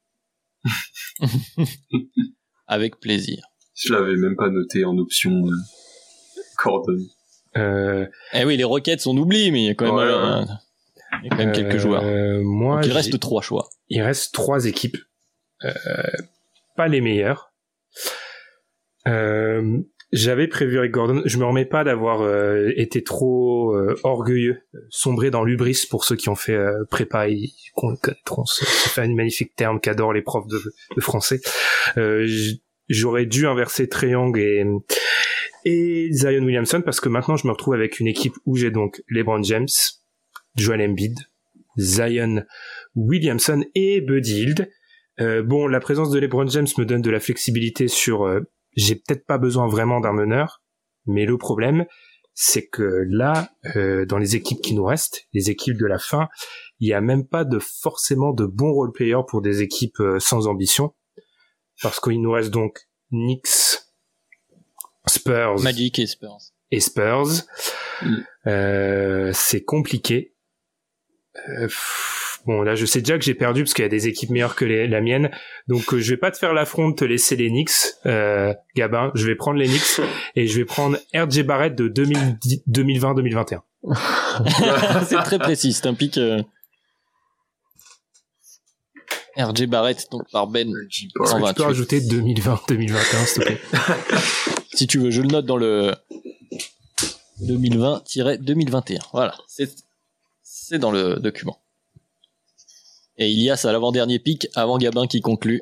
Avec plaisir. Je l'avais même pas noté en option Gordon. Eh oui, les Rockets on oublie, mais il y a quand même, quelques joueurs. Moi, donc il reste 3 choix. Il reste 3 équipes. Pas les meilleures. J'avais prévu Eric Gordon. Je me remets pas d'avoir été trop orgueilleux, sombré dans l'hubris pour ceux qui ont fait prépa et qu'on connaîtront. C'est un magnifique terme qu'adorent les profs de français. J'aurais dû inverser Trae Young et Zion Williamson parce que maintenant je me retrouve avec une équipe où j'ai donc LeBron James, Joel Embiid, Zion Williamson et Buddy Hield. Bon, la présence de LeBron James me donne de la flexibilité sur j'ai peut-être pas besoin vraiment d'un meneur, mais le problème c'est que là dans les équipes qui nous restent, les équipes de la fin, il y a même pas forcément de bons role players pour des équipes sans ambition parce qu'il nous reste donc Knicks, Spurs, Magic et Spurs. C'est compliqué. Bon, là, je sais déjà que j'ai perdu parce qu'il y a des équipes meilleures que la mienne. Donc, je vais pas te faire l'affront de te laisser les Knicks, Gabin. Je vais prendre les Knicks et je vais prendre RJ Barrett de 2020-2021. C'est très précis. C'est un pic. RJ Barrett, donc par Ben. Tu peux rajouter 2020-2021, s'il te plaît. Si tu veux, je le note dans le 2020-2021. Voilà. C'est dans le document. Et Ilias à l'avant-dernier pic, avant Gabin qui conclut.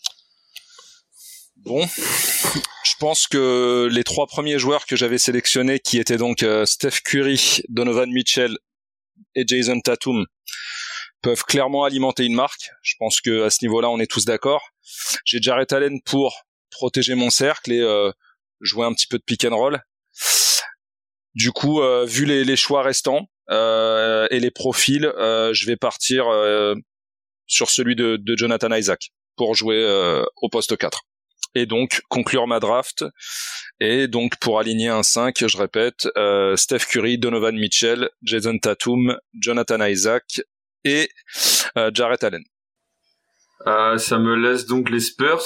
Bon, je pense que les 3 premiers joueurs que j'avais sélectionnés, qui étaient donc Steph Curry, Donovan Mitchell et Jason Tatum, peuvent clairement alimenter une marque. Je pense que à ce niveau-là, on est tous d'accord. J'ai Jarrett Allen pour protéger mon cercle et jouer un petit peu de pick and roll. Du coup, vu les choix restants et les profils, je vais partir sur celui de Jonathan Isaac pour jouer au poste 4. Et donc conclure ma draft. Et donc pour aligner un 5, je répète, Steph Curry, Donovan Mitchell, Jason Tatum, Jonathan Isaac et Jarrett Allen. Ça me laisse donc les Spurs.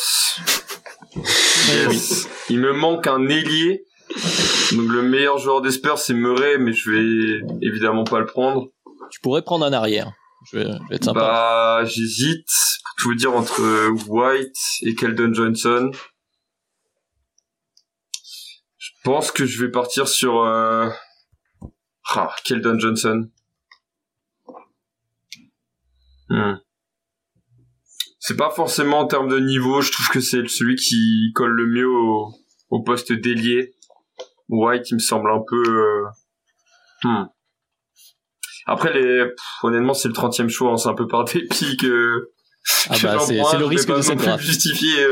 Yes. Il me manque un ailier. Donc le meilleur joueur des Spurs c'est Murray, mais je vais évidemment pas le prendre. Tu pourrais prendre un arrière. Je vais être sympa. Bah j'hésite pour tout vous dire entre White et Keldon Johnson. Je pense que je vais partir sur Keldon Johnson. C'est pas forcément en termes de niveau, je trouve que c'est celui qui colle le mieux au poste d'ailier. White, il me semble un peu... Après, honnêtement, c'est le 30e choix, hein, c'est un peu par dépit que c'est le risque de cette draft. Justifier.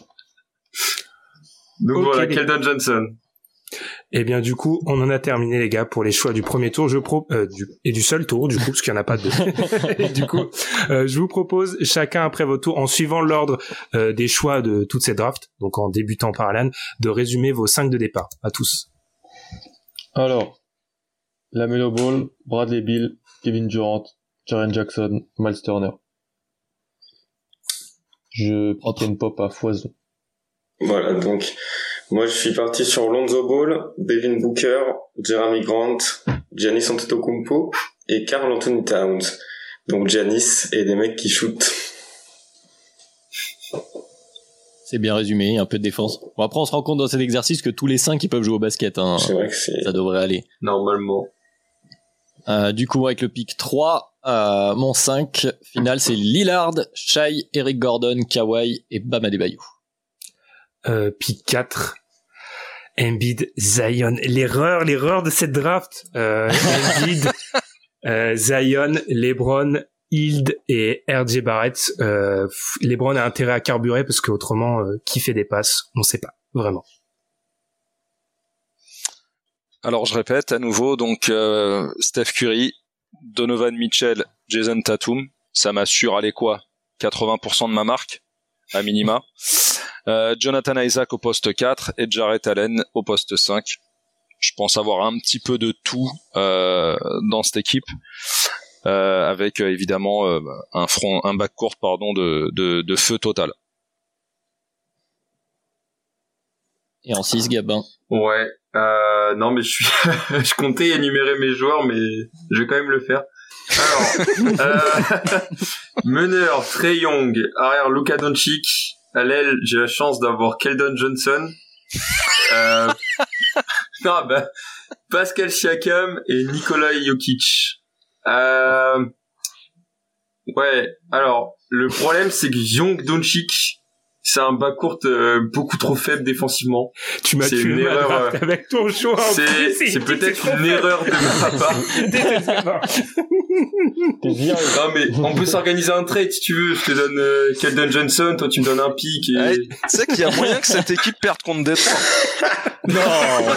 Donc voilà, Keldon Johnson. Et bien du coup, on en a terminé les gars pour les choix du premier tour, et du seul tour du coup parce qu'il n'y en a pas de deux. Et du coup, je vous propose chacun après votre tour, en suivant l'ordre des choix de toutes ces drafts, donc en débutant par Alan, de résumer vos 5 de départ à tous. Alors, LaMelo Ball, Bradley Beal, Kevin Durant, Jaren Jackson, Miles Turner. Je pick and pop à foison. Voilà, donc moi je suis parti sur Lonzo Ball, Devin Booker, Jeremy Grant, Giannis Antetokounmpo et Karl Anthony Towns. Donc Giannis et des mecs qui shootent. C'est bien résumé, un peu de défense. Bon, après on se rend compte dans cet exercice que tous les 5 ils peuvent jouer au basket. Hein. C'est vrai que ça devrait aller. Normalement. Du coup avec le pick 3, mon 5 final c'est Lillard, Shai, Eric Gordon, Kawhi et Bam Adebayo. Pick 4, Embiid, Zion. L'erreur de cette draft. Embiid, Zion, LeBron, Hield et RJ Barrett. LeBron a intérêt à carburer parce qu'autrement, qui fait des passes, on sait pas vraiment. Alors je répète à nouveau, donc Steph Curry, Donovan Mitchell, Jason Tatum, ça m'assure aller quoi, 80% de ma marque à minima. Jonathan Isaac au poste 4 et Jarrett Allen au poste 5. Je pense avoir un petit peu de tout dans cette équipe, avec évidemment un backcourt de feu total. Et en 6, Gabin. Ouais. Non mais je comptais énumérer mes joueurs, mais je vais quand même le faire. Alors, meneur Trae Young, arrière Luka Doncic, à l'aile j'ai la chance d'avoir Keldon Johnson, Non, bah, Pascal Siakam et Nikola Jokic. Ouais, alors, le problème, c'est que Young Doncic, c'est un backcourt beaucoup trop faible défensivement. Tu m'as tué une erreur avec ton choix. C'est peut-être une erreur de ma part. Non, mais on peut s'organiser un trade si tu veux. Je te donne Keldon Johnson, toi tu me donnes un pick. Et... Ouais, tu sais qu'il y a moyen que cette équipe perde contre Détroit. Non.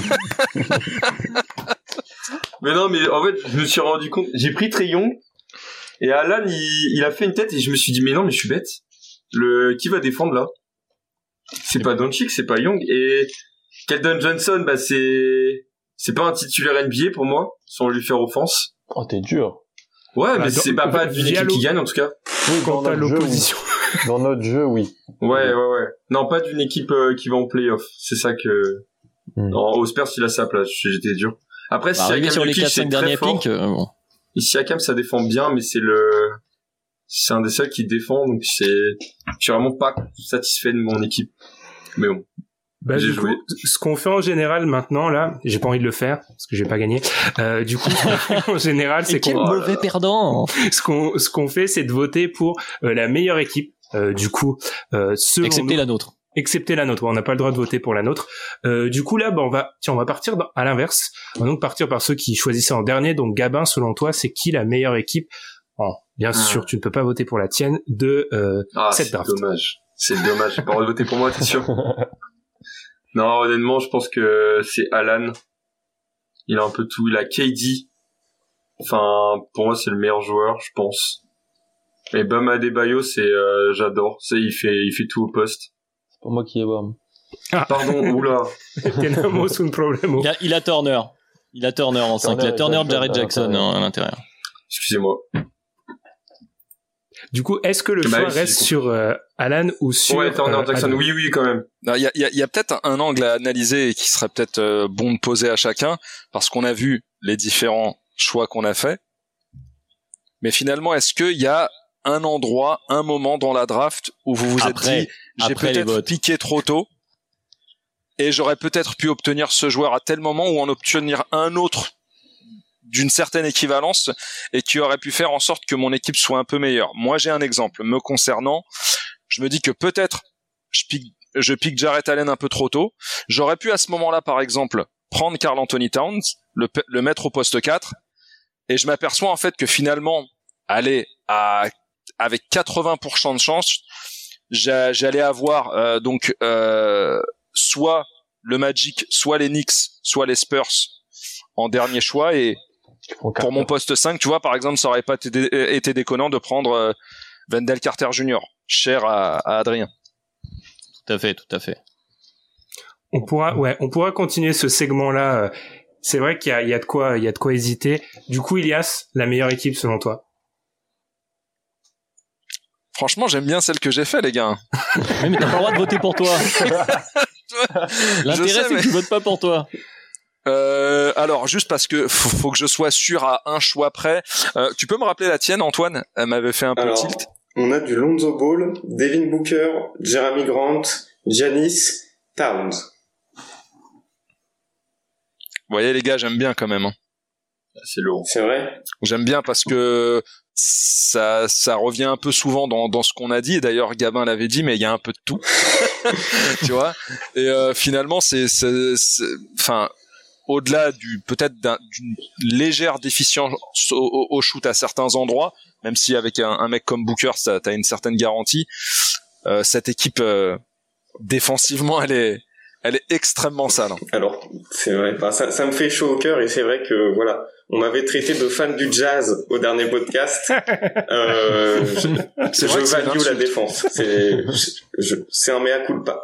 Mais non, mais en fait, je me suis rendu compte. J'ai pris Trae Young et Alan, il a fait une tête et je me suis dit mais non, mais je suis bête. Qui va défendre là? C'est pas Doncic, c'est pas Young. Et Keldon Johnson, bah c'est pas un titulaire NBA pour moi, sans lui faire offense. Oh, t'es dur. Ouais, mais c'est pas d'une équipe qui gagne en tout cas. Oui, quand t'as l'opposition. Oui. Dans notre jeu, oui. Ouais. Non, pas d'une équipe qui va en play-off. C'est ça que... Au Spurs, il a sa place. J'étais dur. Après, si Siakam sur les 4-5 derniers picks, bon. Et Siakam, ça défend bien, mais c'est un des seuls qui défend, donc je suis vraiment pas satisfait de mon équipe. Mais bon. Bah, du coup, ce qu'on fait en général maintenant, là, j'ai pas envie de le faire, parce que j'ai pas gagné. Du coup, ce qu'on fait en général, c'est quel mauvais perdant! Ce qu'on fait, c'est de voter pour la meilleure équipe. Du coup, excepté la nôtre. Excepté la nôtre. On n'a pas le droit de voter pour la nôtre. Du coup, là, bah, on va partir à l'inverse. On va donc partir par ceux qui choisissaient en dernier. Donc, Gabin, selon toi, c'est qui la meilleure équipe? Bien sûr, tu ne peux pas voter pour la tienne de cette draft. C'est dommage. J'ai pas le droit de voter pour moi, t'es sûr? Non, honnêtement, je pense que c'est Alan. Il a un peu tout. Il a KD. Enfin, pour moi, c'est le meilleur joueur, je pense. Et Bam Adebayo, j'adore. Il fait tout au poste. C'est pas moi qui ai Bam. Pardon, oula. Tenemos un problème. Il a Turner. Il a Turner en 5. Il a Turner, Jared Jackson à l'intérieur. Excusez-moi. Du coup, est-ce que le choix reste sur Alan ou sur... Ouais, Turner Jackson, Adam? oui, quand même. Il y a peut-être un angle à analyser et qui serait peut-être bon de poser à chacun, parce qu'on a vu les différents choix qu'on a fait. Mais finalement, est-ce qu'il y a un endroit, un moment dans la draft où vous vous êtes dit, j'ai peut-être piqué trop tôt et j'aurais peut-être pu obtenir ce joueur à tel moment ou en obtenir un autre d'une certaine équivalence et qui aurait pu faire en sorte que mon équipe soit un peu meilleure. Moi, j'ai un exemple me concernant. Je me dis que peut-être je pique Jarrett Allen un peu trop tôt. J'aurais pu à ce moment-là, par exemple, prendre Karl Anthony Towns, le mettre au poste 4, et je m'aperçois en fait que finalement, avec 80% de chance, j'allais avoir soit le Magic, soit les Knicks, soit les Spurs en dernier choix, et pour mon poste 5, tu vois, par exemple, ça aurait pas été déconnant de prendre Wendell Carter Jr., cher à Adrien. Tout à fait. On pourra continuer ce segment-là. C'est vrai qu'il y a de quoi hésiter. Du coup, Ilias, la meilleure équipe selon toi? Franchement, j'aime bien celle que j'ai fait, les gars. Mais t'as pas le droit de voter pour toi. L'intérêt, c'est que tu votes pas pour toi. Alors, juste parce que faut que je sois sûr à un choix près. Tu peux me rappeler la tienne, Antoine? Elle m'avait fait un peu tilt. On a du Lonzo Ball, Devin Booker, Jeremy Grant, Giannis, Towns. Vous voyez, les gars, j'aime bien quand même. Hein. C'est lourd. C'est vrai? J'aime bien parce que ça revient un peu souvent dans ce qu'on a dit. Et d'ailleurs, Gabin l'avait dit, mais il y a un peu de tout. Tu vois? Et finalement, enfin, au-delà peut-être d'une légère déficience au shoot à certains endroits, même si avec un mec comme Booker, t'as une certaine garantie, cette équipe, défensivement, elle est extrêmement sale. Hein. Alors, c'est vrai, ça me fait chaud au cœur, et c'est vrai que, voilà, on m'avait traité de fan du jazz au dernier podcast. Je value la défense. C'est un mea culpa.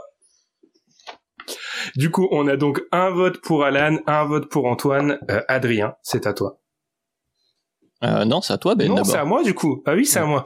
Du coup, on a donc un vote pour Alan, un vote pour Antoine. Adrien, c'est à toi. Non, c'est à toi, Ben. Non, d'abord. c'est à moi, du coup. Ah oui, c'est à moi.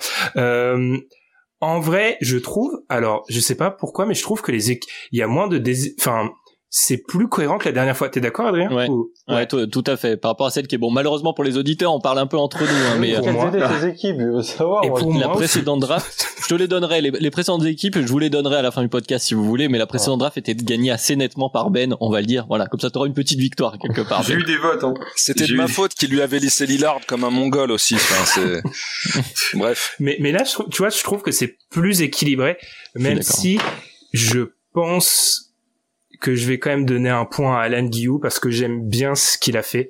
En vrai, je trouve, alors, je sais pas pourquoi, mais je trouve que il y a moins de enfin, c'est plus cohérent que la dernière fois. T'es d'accord, Adrien? Ouais, tout à fait. Par rapport à celle qui est malheureusement pour les auditeurs, on parle un peu entre nous, hein, mais quelles étaient tes équipes, je veux savoir. Et pour la moi précédente draft, je te les donnerai. Les précédentes équipes, je vous les donnerai à la fin du podcast si vous voulez, mais la précédente draft était gagnée assez nettement par Ben, on va le dire. Voilà, comme ça t'auras une petite victoire quelque part. J'ai eu des votes, hein. C'était de ma faute qu'il lui avait laissé Lillard comme un mongol aussi. Enfin, c'est... Bref. Mais là, tu vois, je trouve que c'est plus équilibré, même si je pense que je vais quand même donner un point à Alan Guillou parce que j'aime bien ce qu'il a fait.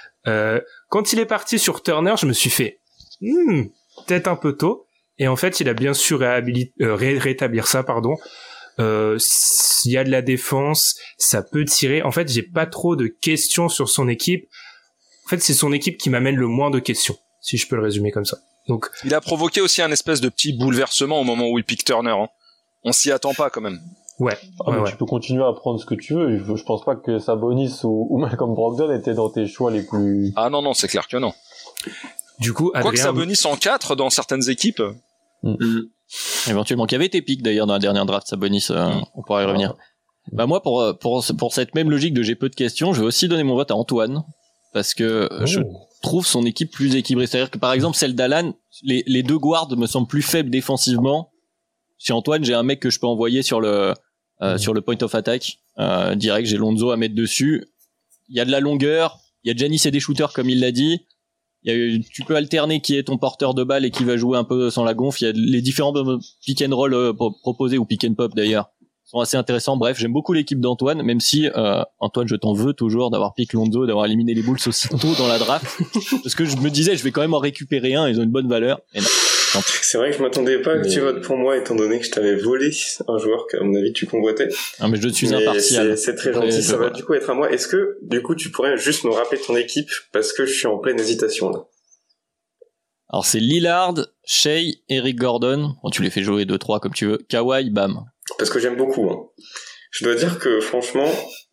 Quand il est parti sur Turner, je me suis fait peut-être un peu tôt. Et en fait, il a bien su rétablir ça, pardon. S'il y a de la défense, ça peut tirer. En fait, j'ai pas trop de questions sur son équipe. En fait, c'est son équipe qui m'amène le moins de questions, si je peux le résumer comme ça. Donc, il a provoqué aussi un espèce de petit bouleversement au moment où il pique Turner. Hein. On s'y attend pas quand même. Ouais. Tu peux continuer à prendre ce que tu veux. Je pense pas que Sabonis ou Malcolm Brogdon étaient dans tes choix les plus... Ah non, c'est clair que non. Du coup, Adrien... Quoique Sabonis en 4 dans certaines équipes. Éventuellement, qui avait été pick d'ailleurs dans la dernière draft, Sabonis, on pourra y revenir. Bah moi, pour cette même logique de j'ai peu de questions, je vais aussi donner mon vote à Antoine. Parce que je trouve son équipe plus équilibrée. C'est-à-dire que par exemple, celle d'Alan, les deux guards me semblent plus faibles défensivement. Chez Antoine, j'ai un mec que je peux envoyer sur le point of attack direct, j'ai Lonzo à mettre dessus. Il y a de la longueur, il y a Giannis et des shooters comme il l'a dit. Tu peux alterner qui est ton porteur de balle et qui va jouer un peu sans la gonfle. Il y a les différents pick and roll proposés ou pick and pop d'ailleurs sont assez intéressants. Bref, j'aime beaucoup l'équipe d'Antoine, même si Antoine, je t'en veux toujours d'avoir pick Lonzo, d'avoir éliminé les Bulls aussi tôt dans la draft, parce que je me disais je vais quand même en récupérer un, ils ont une bonne valeur. Et non. C'est vrai que je m'attendais pas que tu votes pour moi, étant donné que je t'avais volé un joueur qu'à mon avis tu convoitais. Ah, mais je suis impartial. C'est très gentil, ça va du coup être à moi. Est-ce que, du coup, tu pourrais juste me rappeler ton équipe, parce que je suis en pleine hésitation, là. Alors c'est Lillard, Shea, Eric Gordon, bon, tu les fais jouer 2-3 comme tu veux, Kawhi, Bam. Parce que j'aime beaucoup, hein. Je dois dire que, franchement,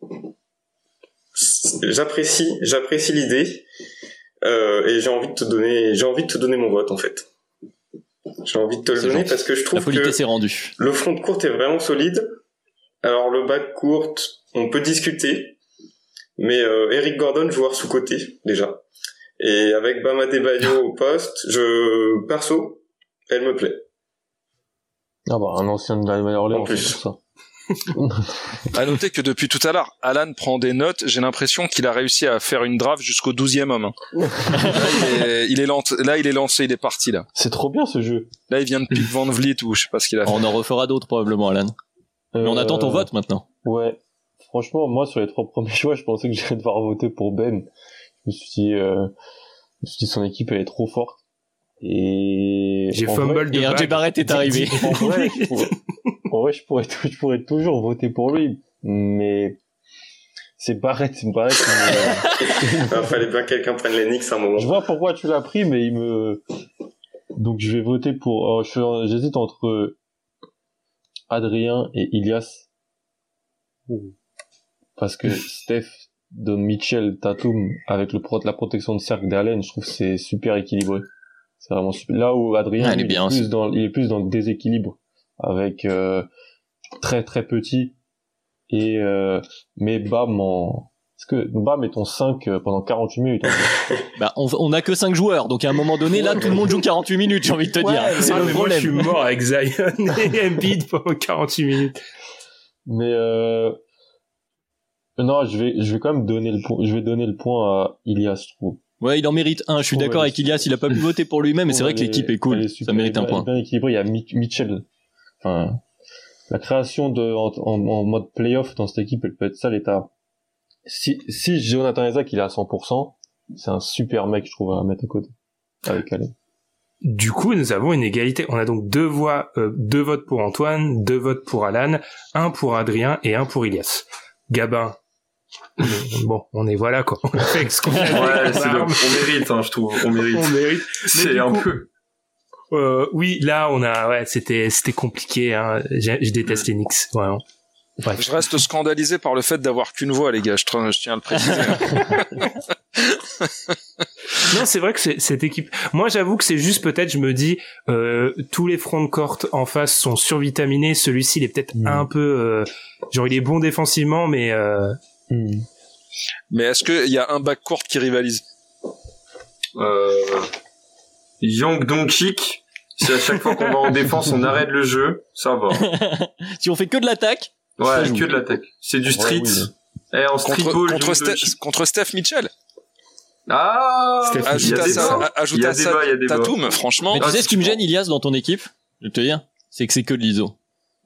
j'apprécie l'idée, et j'ai envie de te donner mon vote, en fait. J'ai envie de te le donner parce que je trouve que le front de court est vraiment solide. Alors le back court, on peut discuter, mais Eric Gordon, joueur sous-côté déjà. Et avec Bam Adebayo au poste, perso, elle me plaît. Ah bah un ancien de la New Orleans en plus. Ça. À noter que depuis tout à l'heure, Alan prend des notes. J'ai l'impression qu'il a réussi à faire une draft jusqu'au 12e homme. Il est lancé, il est parti là. C'est trop bien ce jeu. Là, il vient de pick Van Vliet ou je sais pas ce qu'il a fait. On en refera d'autres probablement, Alan. Mais on attend ton vote maintenant. Ouais. Franchement, moi sur les 3 premiers choix, je pensais que j'allais devoir voter pour Ben. Je me suis dit son équipe elle est trop forte. Et j'ai fumble de et RJ Barrett est arrivé. En vrai, je pourrais toujours voter pour lui, mais c'est Barrett. Fallait bien que quelqu'un prenne les Knicks à un moment. Je vois pourquoi tu l'as pris, mais donc je vais voter pour, j'hésite entre Adrien et Ilias. Parce que Steph donne Mitchell, Tatum avec la protection de cercle d'Allen, je trouve que c'est super équilibré. C'est vraiment super. Là où Adrien, il est plus dans le déséquilibre avec très très petit et mais Bam est-ce que Bam est ton 5 pendant 48 minutes Bah on a que 5 joueurs, donc à un moment donné là tout le monde joue 48 minutes, j'ai envie de te dire. C'est le problème. Moi, je suis mort avec Zion et Embiid pendant 48 minutes. Mais non, je vais quand même donner le point à Ilias, je trouve. Ouais, il en mérite un. Je suis d'accord avec Ilias, il a pas pu voter pour lui-même, mais c'est vrai que l'équipe est cool. Ça mérite un point. Bien équilibré, il y a Mitchell. Enfin, la création en mode playoff dans cette équipe, elle peut être ça l'état. Si Jonathan Isaac il est à 100%, c'est un super mec, je trouve, à mettre à côté. Avec Allen. Du coup, nous avons une égalité. On a donc 2 votes pour Antoine, 2 votes pour Alan, 1 pour Adrien et 1 pour Ilias. Gabin. Bon, on est voilà quoi. On a fait ce qu'on a fait. Ouais, on mérite, hein, je trouve. On mérite. C'est un peu. Oui, là, c'était compliqué, hein. Je déteste les Knicks, vraiment. Bref. Je reste scandalisé par le fait d'avoir qu'une voix, les gars. Je tiens à le préciser. Non, c'est vrai que cette équipe. Moi, j'avoue que c'est juste peut-être, je me dis, tous les frontcourt en face sont survitaminés. Celui-ci, il est peut-être un peu, genre, il est bon défensivement, mais. Mais est-ce qu'il y a un backcourt qui rivalise? Young Doncic. Si à chaque fois qu'on va en défense, on arrête le jeu, ça va. Si on fait que de l'attaque. Ouais, que de l'attaque. C'est du street. Ouais, oui. En street ball. Contre Steph Mitchell. Ah! Ajoute à ça Tatum, franchement. Mais tu sais ce qui me gêne, Ilias, dans ton équipe? Je vais te dire. C'est que c'est que de l'ISO.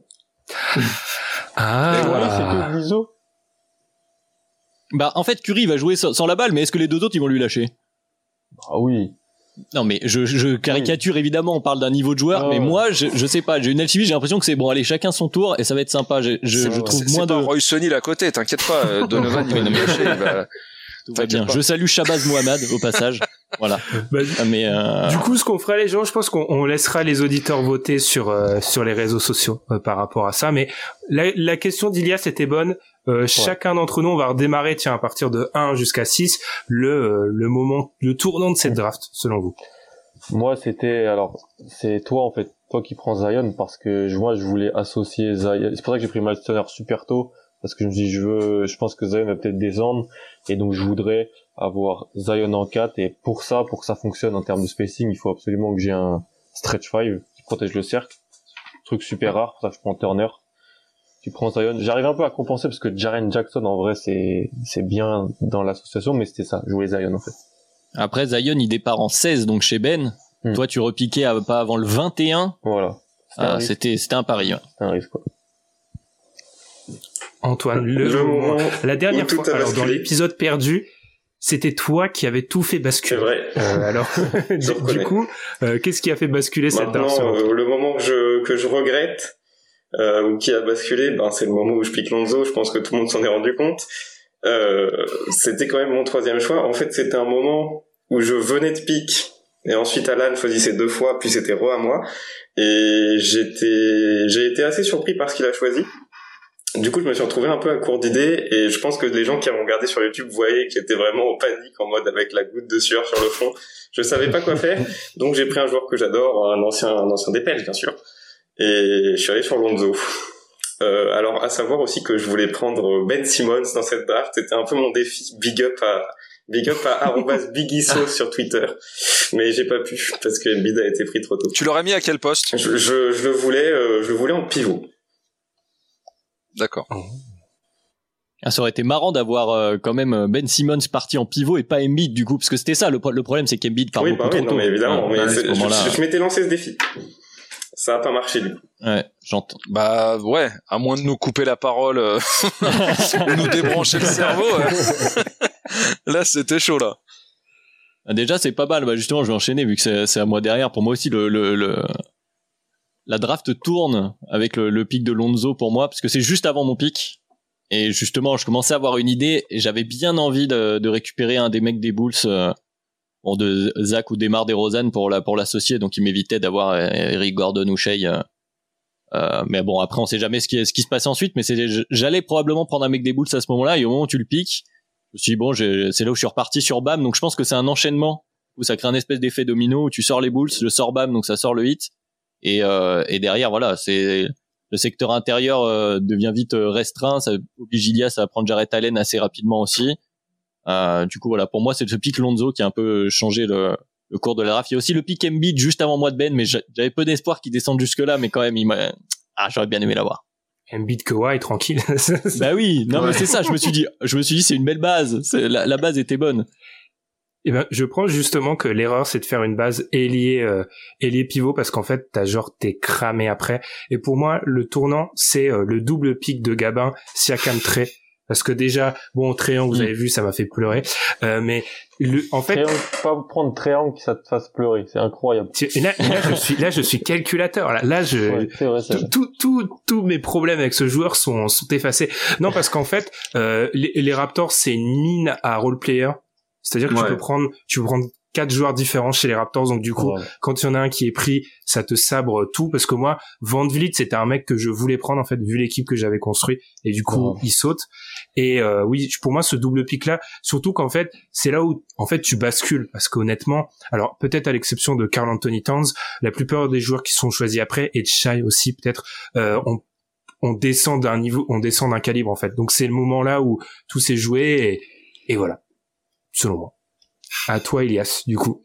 Et voilà, c'est que de l'ISO. Bah, en fait, Curry va jouer sans la balle, mais est-ce que les deux autres, ils vont lui lâcher? Ah oui. Non, mais je caricature, évidemment, on parle d'un niveau de joueur, mais moi, je sais pas, j'ai une LCB, j'ai l'impression que c'est bon, allez, chacun son tour, et ça va être sympa. Je trouve moins de... C'est pas Royce O'Neal à côté, t'inquiète pas, Donovan, il va nous lâcher, Tout va bien. Je salue Shabazz Mohamed, au passage. Voilà. Mais du coup, ce qu'on fera, les gens, je pense qu'on laissera les auditeurs voter sur les réseaux sociaux par rapport à ça. Mais la question d'Ilias était bonne. Chacun d'entre nous, on va redémarrer, tiens, à partir de 1 jusqu'à 6, le tournant de cette draft, selon vous. Moi, c'est toi, en fait, toi qui prends Zion, parce que moi, je voulais associer Zion. C'est pour ça que j'ai pris Miles Turner super tôt, parce que je me suis dit, je pense que Zion va peut-être descendre, et donc je voudrais avoir Zion en 4, et pour que ça fonctionne en termes de spacing, il faut absolument que j'ai un stretch 5 qui protège le cercle. Truc super rare, pour ça que je prends Turner. Tu prends Zion. J'arrive un peu à compenser parce que Jaren Jackson, en vrai, c'est bien dans l'association, mais c'était ça. Je voulais Zion, en fait. Après, Zion, il départ en 16, donc chez Ben. Toi, tu repiquais pas avant le 21. Voilà. C'était un pari. Ouais. C'était un risque, quoi. Antoine, la dernière fois, alors dans l'épisode perdu, c'était toi qui avais tout fait basculer. C'est vrai. Alors, du coup, qu'est-ce qui a fait basculer cette draft? Le moment que je regrette, ou qui a basculé, c'est le moment où je pique Lonzo. Je pense que tout le monde s'en est rendu compte. C'était quand même mon troisième choix. En fait, c'était un moment où je venais de pique, et ensuite Alan choisissait 2 fois, puis c'était à moi. Et j'ai été assez surpris par ce qu'il a choisi. Du coup, je me suis retrouvé un peu à court d'idées, et je pense que les gens qui ont regardé sur YouTube voyaient que j'étais vraiment en panique, en mode avec la goutte de sueur sur le front. Je savais pas quoi faire, donc j'ai pris un joueur que j'adore, un ancien des Pels, bien sûr. Et je suis allé sur Lonzo. Alors, à savoir aussi que je voulais prendre Ben Simmons dans cette draft. C'était un peu mon défi. Big up à @BigIso sur Twitter. Mais j'ai pas pu, parce que Embiid a été pris trop tôt. Tu l'aurais mis à quel poste? Je le voulais en pivot. D'accord. Ça aurait été marrant d'avoir quand même Ben Simmons parti en pivot et pas Embiid, du coup, parce que c'était ça, le problème, c'est qu'Embiid part beaucoup trop tôt. Non, mais évidemment, je m'étais lancé ce défi. Ça a pas marché, du coup. Ouais, j'entends. Bah ouais, à moins de nous couper la parole, de nous débrancher le cerveau. Là, c'était chaud, là. Déjà, c'est pas mal. Bah justement, je vais enchaîner vu que c'est à moi derrière. Pour moi aussi, la draft tourne avec le pic de Lonzo pour moi, parce que c'est juste avant mon pic. Et justement, je commençais à avoir une idée, et j'avais bien envie de récupérer un des mecs des Bulls, de Zach ou Demar DeRozan pour l'associer, donc il m'évitait d'avoir Eric Gordon ou Shai. Mais bon, après, on sait jamais ce qui se passe ensuite, mais j'allais probablement prendre un mec des Bulls à ce moment-là, et au moment où tu le piques, je me suis dit, bon, c'est là où je suis reparti sur Bam, donc je pense que c'est un enchaînement où ça crée un espèce d'effet domino où tu sors les Bulls, je sors Bam, donc ça sort le hit, et derrière, voilà, c'est le secteur intérieur devient vite restreint, ça oblige Ilias à prendre Jarrett Allen assez rapidement aussi. Du coup, voilà, pour moi, c'est ce pick Lonzo qui a un peu changé le cours de la draft. Il y a aussi le pick Embiid juste avant moi de Ben, mais j'avais peu d'espoir qu'il descende jusque-là, mais quand même, j'aurais bien aimé l'avoir. Embiid Kawhi, tranquille. Bah oui, non, mais c'est ça, je me suis dit, c'est une belle base. La base était bonne. Eh ben, je pense justement que l'erreur, c'est de faire une base ailier pivot, parce qu'en fait, t'es cramé après. Et pour moi, le tournant, c'est le double pick de Gabin, Siakam Trae. Parce que déjà, bon, Triangle, vous avez vu, ça m'a fait pleurer. Mais en fait, Triangle, pas prendre Triangle que ça te fasse pleurer, c'est incroyable. Là, je suis calculateur. Là, tous mes problèmes avec ce joueur sont effacés. Non, parce qu'en fait, les Raptors, c'est une mine à role player. C'est-à-dire que tu peux prendre 4 joueurs différents chez les Raptors, donc du coup, quand il y en a un qui est pris, ça te sabre tout, parce que moi, Van Vliet, c'était un mec que je voulais prendre, en fait, vu l'équipe que j'avais construit, et du coup, il saute. Et oui, pour moi, ce double pick là, surtout qu'en fait, c'est là où, en fait, tu bascules, parce qu'honnêtement, alors peut-être à l'exception de Karl Anthony Towns, la plupart des joueurs qui sont choisis après, et de Shai aussi peut-être, on descend d'un niveau, on descend d'un calibre, en fait. Donc c'est le moment là où tout s'est joué, et voilà, selon moi. À toi, Elias, du coup.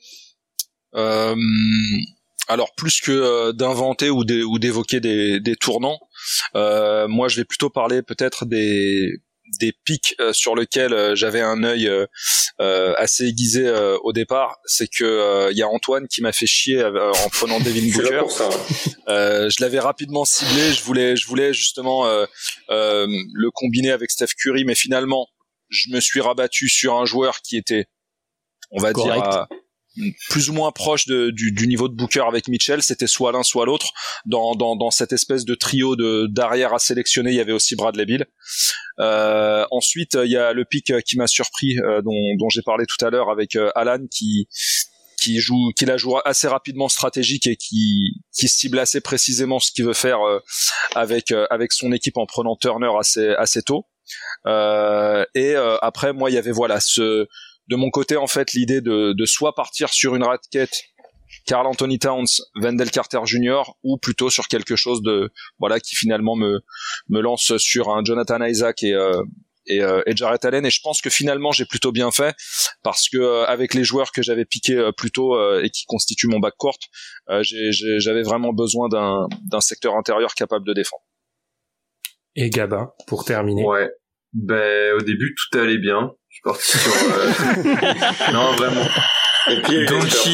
Alors plus que d'inventer ou d'évoquer des tournants, moi je vais plutôt parler peut-être des pics sur lesquels j'avais un œil assez aiguisé au départ. C'est que il y a Antoine qui m'a fait chier en prenant Devin Booker. Je l'avais rapidement ciblé, je voulais justement le combiner avec Steph Curry, mais finalement je me suis rabattu sur un joueur qui était, on va dire, plus ou moins proche du niveau de Booker avec Mitchell. C'était soit l'un soit l'autre. Dans cette espèce de trio d'arrière à sélectionner, il y avait aussi Bradley Beal. Ensuite, il y a le pick qui m'a surpris, dont j'ai parlé tout à l'heure, avec Alan qui la joue assez rapidement stratégique et qui cible assez précisément ce qu'il veut faire avec son équipe en prenant Turner assez tôt. Et après, moi, il y avait de mon côté, en fait, l'idée de soit partir sur une raquette Karl Anthony Towns, Wendell Carter Jr., ou plutôt sur quelque chose qui finalement me lance sur un Jonathan Isaac et Jarrett Allen. Et je pense que finalement j'ai plutôt bien fait, parce que avec les joueurs que j'avais piqués plus tôt et qui constituent mon backcourt, j'avais vraiment besoin d'un secteur intérieur capable de défendre. Et Gabin, pour terminer. Ouais. Au début tout allait bien. Je suis parti sur non, vraiment. Et puis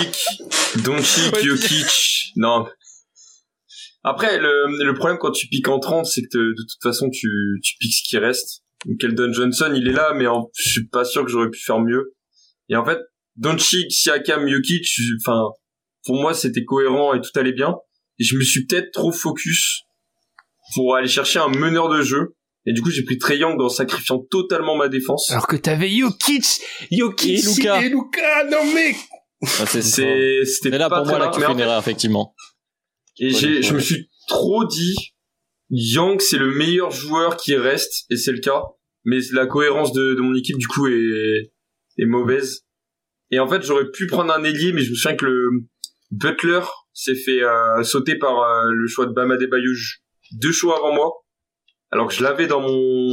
Doncic, Jokic. Non. Après le problème quand tu piques en 30, c'est que de toute façon tu piques ce qui reste. Keldon Johnson, il est là, mais je suis pas sûr que j'aurais pu faire mieux. Et en fait, Doncic, Siakam, Jokic, pour moi c'était cohérent et tout allait bien. Et je me suis peut-être trop focus pour aller chercher un meneur de jeu. Et du coup, j'ai pris Trae Young en sacrifiant totalement ma défense. Alors que t'avais Jokic et Luka, non mais... C'était là pas pour moi, là, qui fait une erreur, effectivement. Et je me suis trop dit, Young, c'est le meilleur joueur qui reste, et c'est le cas. Mais la cohérence de mon équipe, du coup, est mauvaise. Et en fait, j'aurais pu prendre un ailier, mais je me souviens que le Butler s'est fait sauter par le choix de Bam Adebayo 2 choix avant moi. Alors que je l'avais dans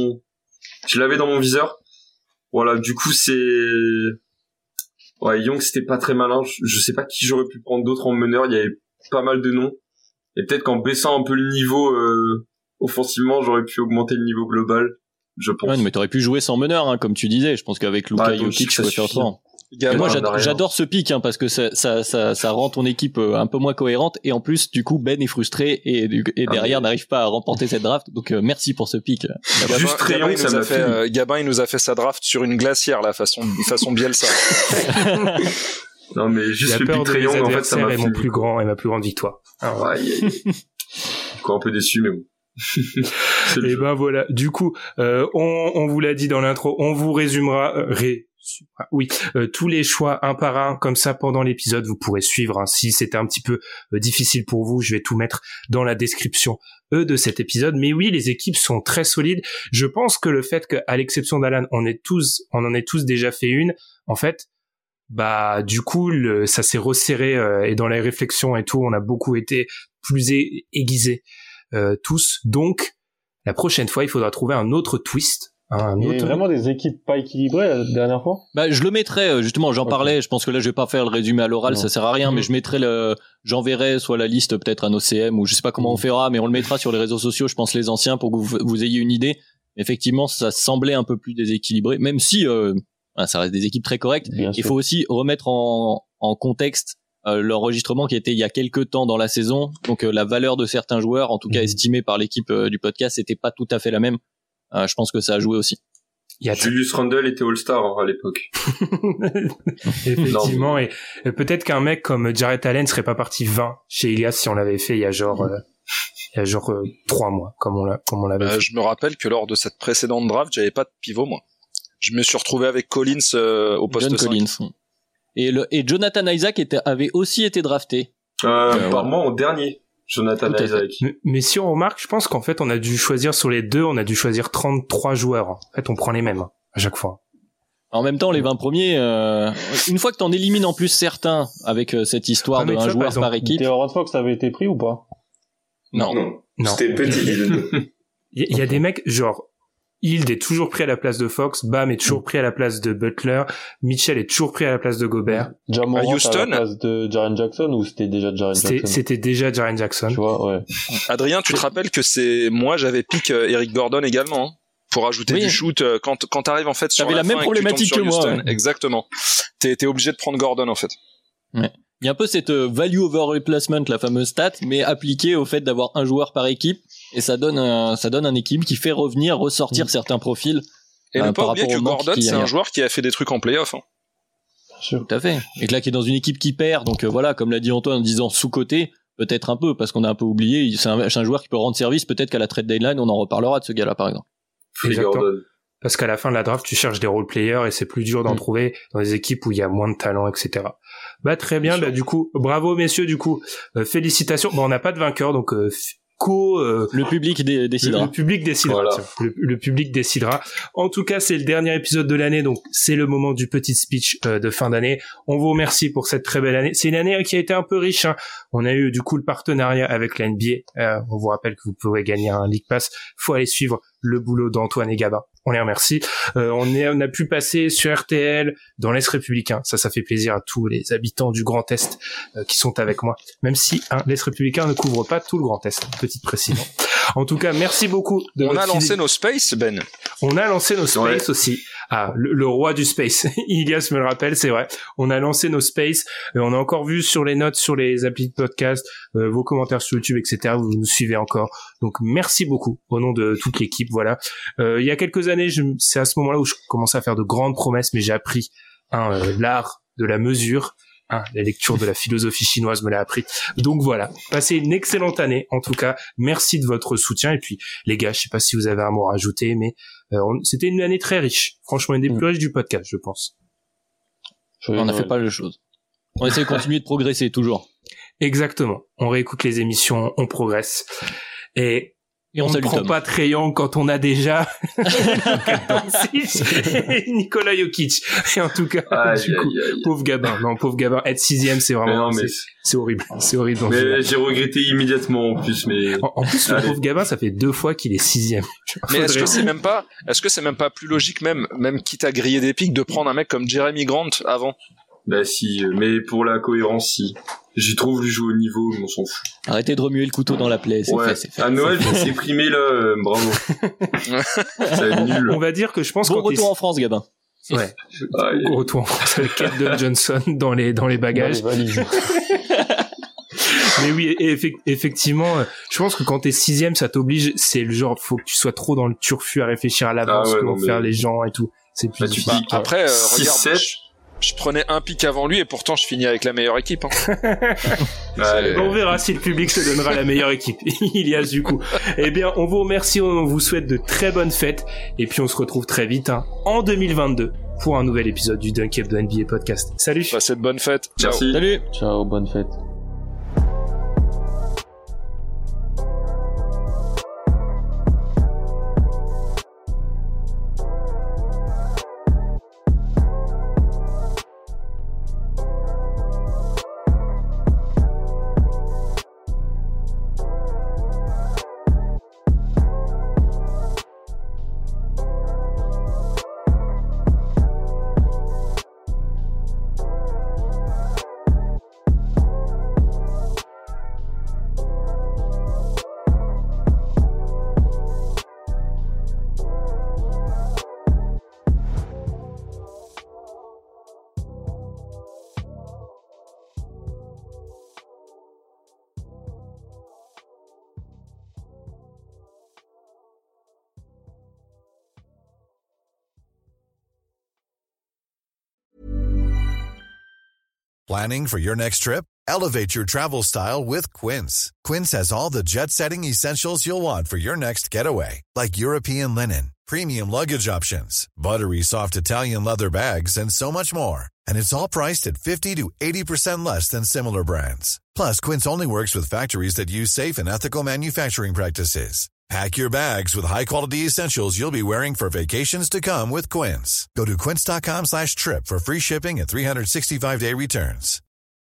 mon viseur. Voilà, du coup, Young, c'était pas très malin. Je sais pas qui j'aurais pu prendre d'autres en meneur. Il y avait pas mal de noms. Et peut-être qu'en baissant un peu le niveau, offensivement, j'aurais pu augmenter le niveau global, je pense. Ouais, mais t'aurais pu jouer sans meneur, hein, comme tu disais. Je pense qu'avec Luka Jokic, tu peux faire autrement. Et moi, j'adore ce pick, hein, parce que ça rend ton équipe un peu moins cohérente, et en plus, du coup, Ben est frustré et derrière n'arrive pas à remporter cette draft. Donc, merci pour ce pick. Gabin, il nous a fait sa draft sur une glacière, là, façon Bielsa. Non, mais juste le pick Trae Young, en fait, ça m'a fait mon plus grand et ma plus grande victoire. Quoi, un peu déçu, mais bon. Et ben voilà. Du coup, on vous l'a dit dans l'intro, on vous résumera, tous les choix un par un comme ça pendant l'épisode. Vous pourrez suivre, hein. Si c'était un petit peu difficile pour vous, je vais tout mettre dans la description de cet épisode. Mais oui, les équipes sont très solides. Je pense que le fait qu'à l'exception d'Alan, on en ait tous déjà fait une, en fait, du coup, ça s'est resserré et dans les réflexions et tout, on a beaucoup été plus aiguisés tous. Donc, la prochaine fois, il faudra trouver un autre twist. Il y a vraiment des équipes pas équilibrées la dernière fois. Je le mettrais, justement, j'en parlais. Je pense que là, je vais pas faire le résumé à l'oral, ça sert à rien, mais je mettrai j'enverrai soit la liste peut-être à nos CM, ou je sais pas comment on fera, mais on le mettra sur les réseaux sociaux, je pense, les anciens, pour que vous ayez une idée. Effectivement, ça semblait un peu plus déséquilibré, même si ça reste des équipes très correctes. Il faut aussi remettre en contexte l'enregistrement qui était il y a quelques temps dans la saison. Donc la valeur de certains joueurs, en tout cas estimée par l'équipe du podcast, c'était pas tout à fait la même. Je pense que ça a joué aussi. Julius Randle était All-Star à l'époque. Effectivement, et peut-être qu'un mec comme Jarrett Allen serait pas parti 20 chez Elias si on l'avait fait il y a genre 3 mois, comme on l'avait fait. Je me rappelle que lors de cette précédente draft, j'avais pas de pivot, moi. Je me suis retrouvé avec Collins au poste John 5. Collins. Et Jonathan Isaac avait aussi été drafté. Apparemment en dernier, Jonathan Isaac. Mais si on remarque, je pense qu'en fait, on a dû choisir sur les deux, on a dû choisir 33 joueurs. En fait, on prend les mêmes à chaque fois. En même temps, les 20 premiers, une fois que t'en élimines en plus certains avec cette histoire de un joueur par équipe. Théo Fox avait été pris ou pas? Non. C'était petit. Il y a des mecs, genre, Hield est toujours pris à la place de Fox, Bam est toujours pris à la place de Butler, Mitchell est toujours pris à la place de Gobert. Jamorant à la place de Jaren Jackson ou c'était déjà Jaren Jackson? C'était déjà Jaren Jackson. Tu vois, ouais. Adrien, tu te rappelles que moi j'avais pick Eric Gordon également, hein, pour ajouter du shoot quand t'arrives en fait sur la même problématique que moi. Ouais. Exactement. T'es obligé de prendre Gordon en fait. Ouais. Il y a un peu cette value over replacement, la fameuse stat, mais appliquée au fait d'avoir un joueur par équipe, et ça donne un équilibre qui fait ressortir certains profils. Et ne pas oublier que Gordon, c'est un joueur qui a fait des trucs en play-off. Hein. Tout à fait. Et que là, qui est dans une équipe qui perd, donc voilà, comme l'a dit Antoine en disant sous-côté, peut-être un peu, parce qu'on a un peu oublié, c'est un joueur qui peut rendre service, peut-être qu'à la trade deadline, on en reparlera de ce gars-là, par exemple. Exactement. Parce qu'à la fin de la draft, tu cherches des role players et c'est plus dur d'en trouver dans des équipes où il y a moins de talent, etc. Très bien. Du coup, bravo messieurs. Du coup, félicitations. On n'a pas de vainqueur, donc le public décidera. Le public décidera. Voilà. Le public décidera. En tout cas, c'est le dernier épisode de l'année, donc c'est le moment du petit speech de fin d'année. On vous remercie pour cette très belle année. C'est une année qui a été un peu riche. Hein. On a eu du coup le partenariat avec la NBA. On vous rappelle que vous pouvez gagner un League Pass. Faut aller suivre le boulot d'Antoine et Gabin. On les remercie. On a pu passer sur RTL, dans l'Est républicain. Ça fait plaisir à tous les habitants du Grand Est qui sont avec moi. Même si l'Est républicain ne couvre pas tout le Grand Est. Petite précision. En tout cas, merci beaucoup. On a lancé nos space, Ben. On a lancé nos space aussi. Le roi du space. Ilias me le rappelle, c'est vrai. On a lancé nos space. On a encore vu sur les notes, sur les applis de podcast, vos commentaires sur YouTube, etc. Vous nous suivez encore. Donc, merci beaucoup au nom de toute l'équipe. Voilà. Il y a quelques années, c'est à ce moment-là où je commençais à faire de grandes promesses, mais j'ai appris l'art de la mesure. La lecture de la philosophie chinoise me l'a appris. Donc voilà, passez une excellente année. En tout cas, merci de votre soutien. Et puis, les gars, je sais pas si vous avez un mot à rajouter, mais c'était une année très riche. Franchement, une des plus riches du podcast, je pense. On a fait pas de choses. On essaie de continuer de progresser, toujours. Exactement. On réécoute les émissions, on progresse. Et on ne prend pas Trayan quand on a déjà Nikola Jokic. Et en tout cas, pauvre Gabin. Non, pauvre Gabin. Être 6ème, c'est vraiment, c'est horrible. C'est horrible. Mais j'ai regretté immédiatement, en plus, mais. En plus, le pauvre Gabin, ça fait 2 fois qu'il est 6ème. Mais est-ce que c'est même pas plus logique, même quitte à griller des pics, de prendre un mec comme Jeremy Grant avant? Bah si, mais pour la cohérence, si. J'y trouve lui jouer au niveau, mais on s'en fout. Arrêtez de remuer le couteau dans la plaie, c'est fait. À Noël, j'ai primé là, bravo. C'est nul. On va dire que je pense bon retour en France, Gabin. Ouais. Bon retour en France avec Keldon Johnson dans les bagages. Mais oui, effectivement, je pense que quand t'es 6ème, ça t'oblige, c'est le genre, faut que tu sois trop dans le turfu à réfléchir à l'avance, que vont faire les gens et tout. C'est plus difficile. Après, regarde, je prenais un pic avant lui et pourtant je finis avec la meilleure équipe. On verra si le public se donnera la meilleure équipe. Ilias, du coup. Eh bien, on vous remercie, on vous souhaite de très bonnes fêtes et puis on se retrouve très vite en 2022 pour un nouvel épisode du Dunk Hebdo NBA Podcast. Salut. Passez de bonnes fêtes. Ciao. Merci. Salut. Ciao, bonne fête. Planning for your next trip? Elevate your travel style with Quince. Quince has all the jet-setting essentials you'll want for your next getaway, like European linen, premium luggage options, buttery soft Italian leather bags, and so much more. And it's all priced at 50 to 80% less than similar brands. Plus, Quince only works with factories that use safe and ethical manufacturing practices. Pack your bags with high-quality essentials you'll be wearing for vacations to come with Quince. Go to quince.com/trip for free shipping and 365-day returns.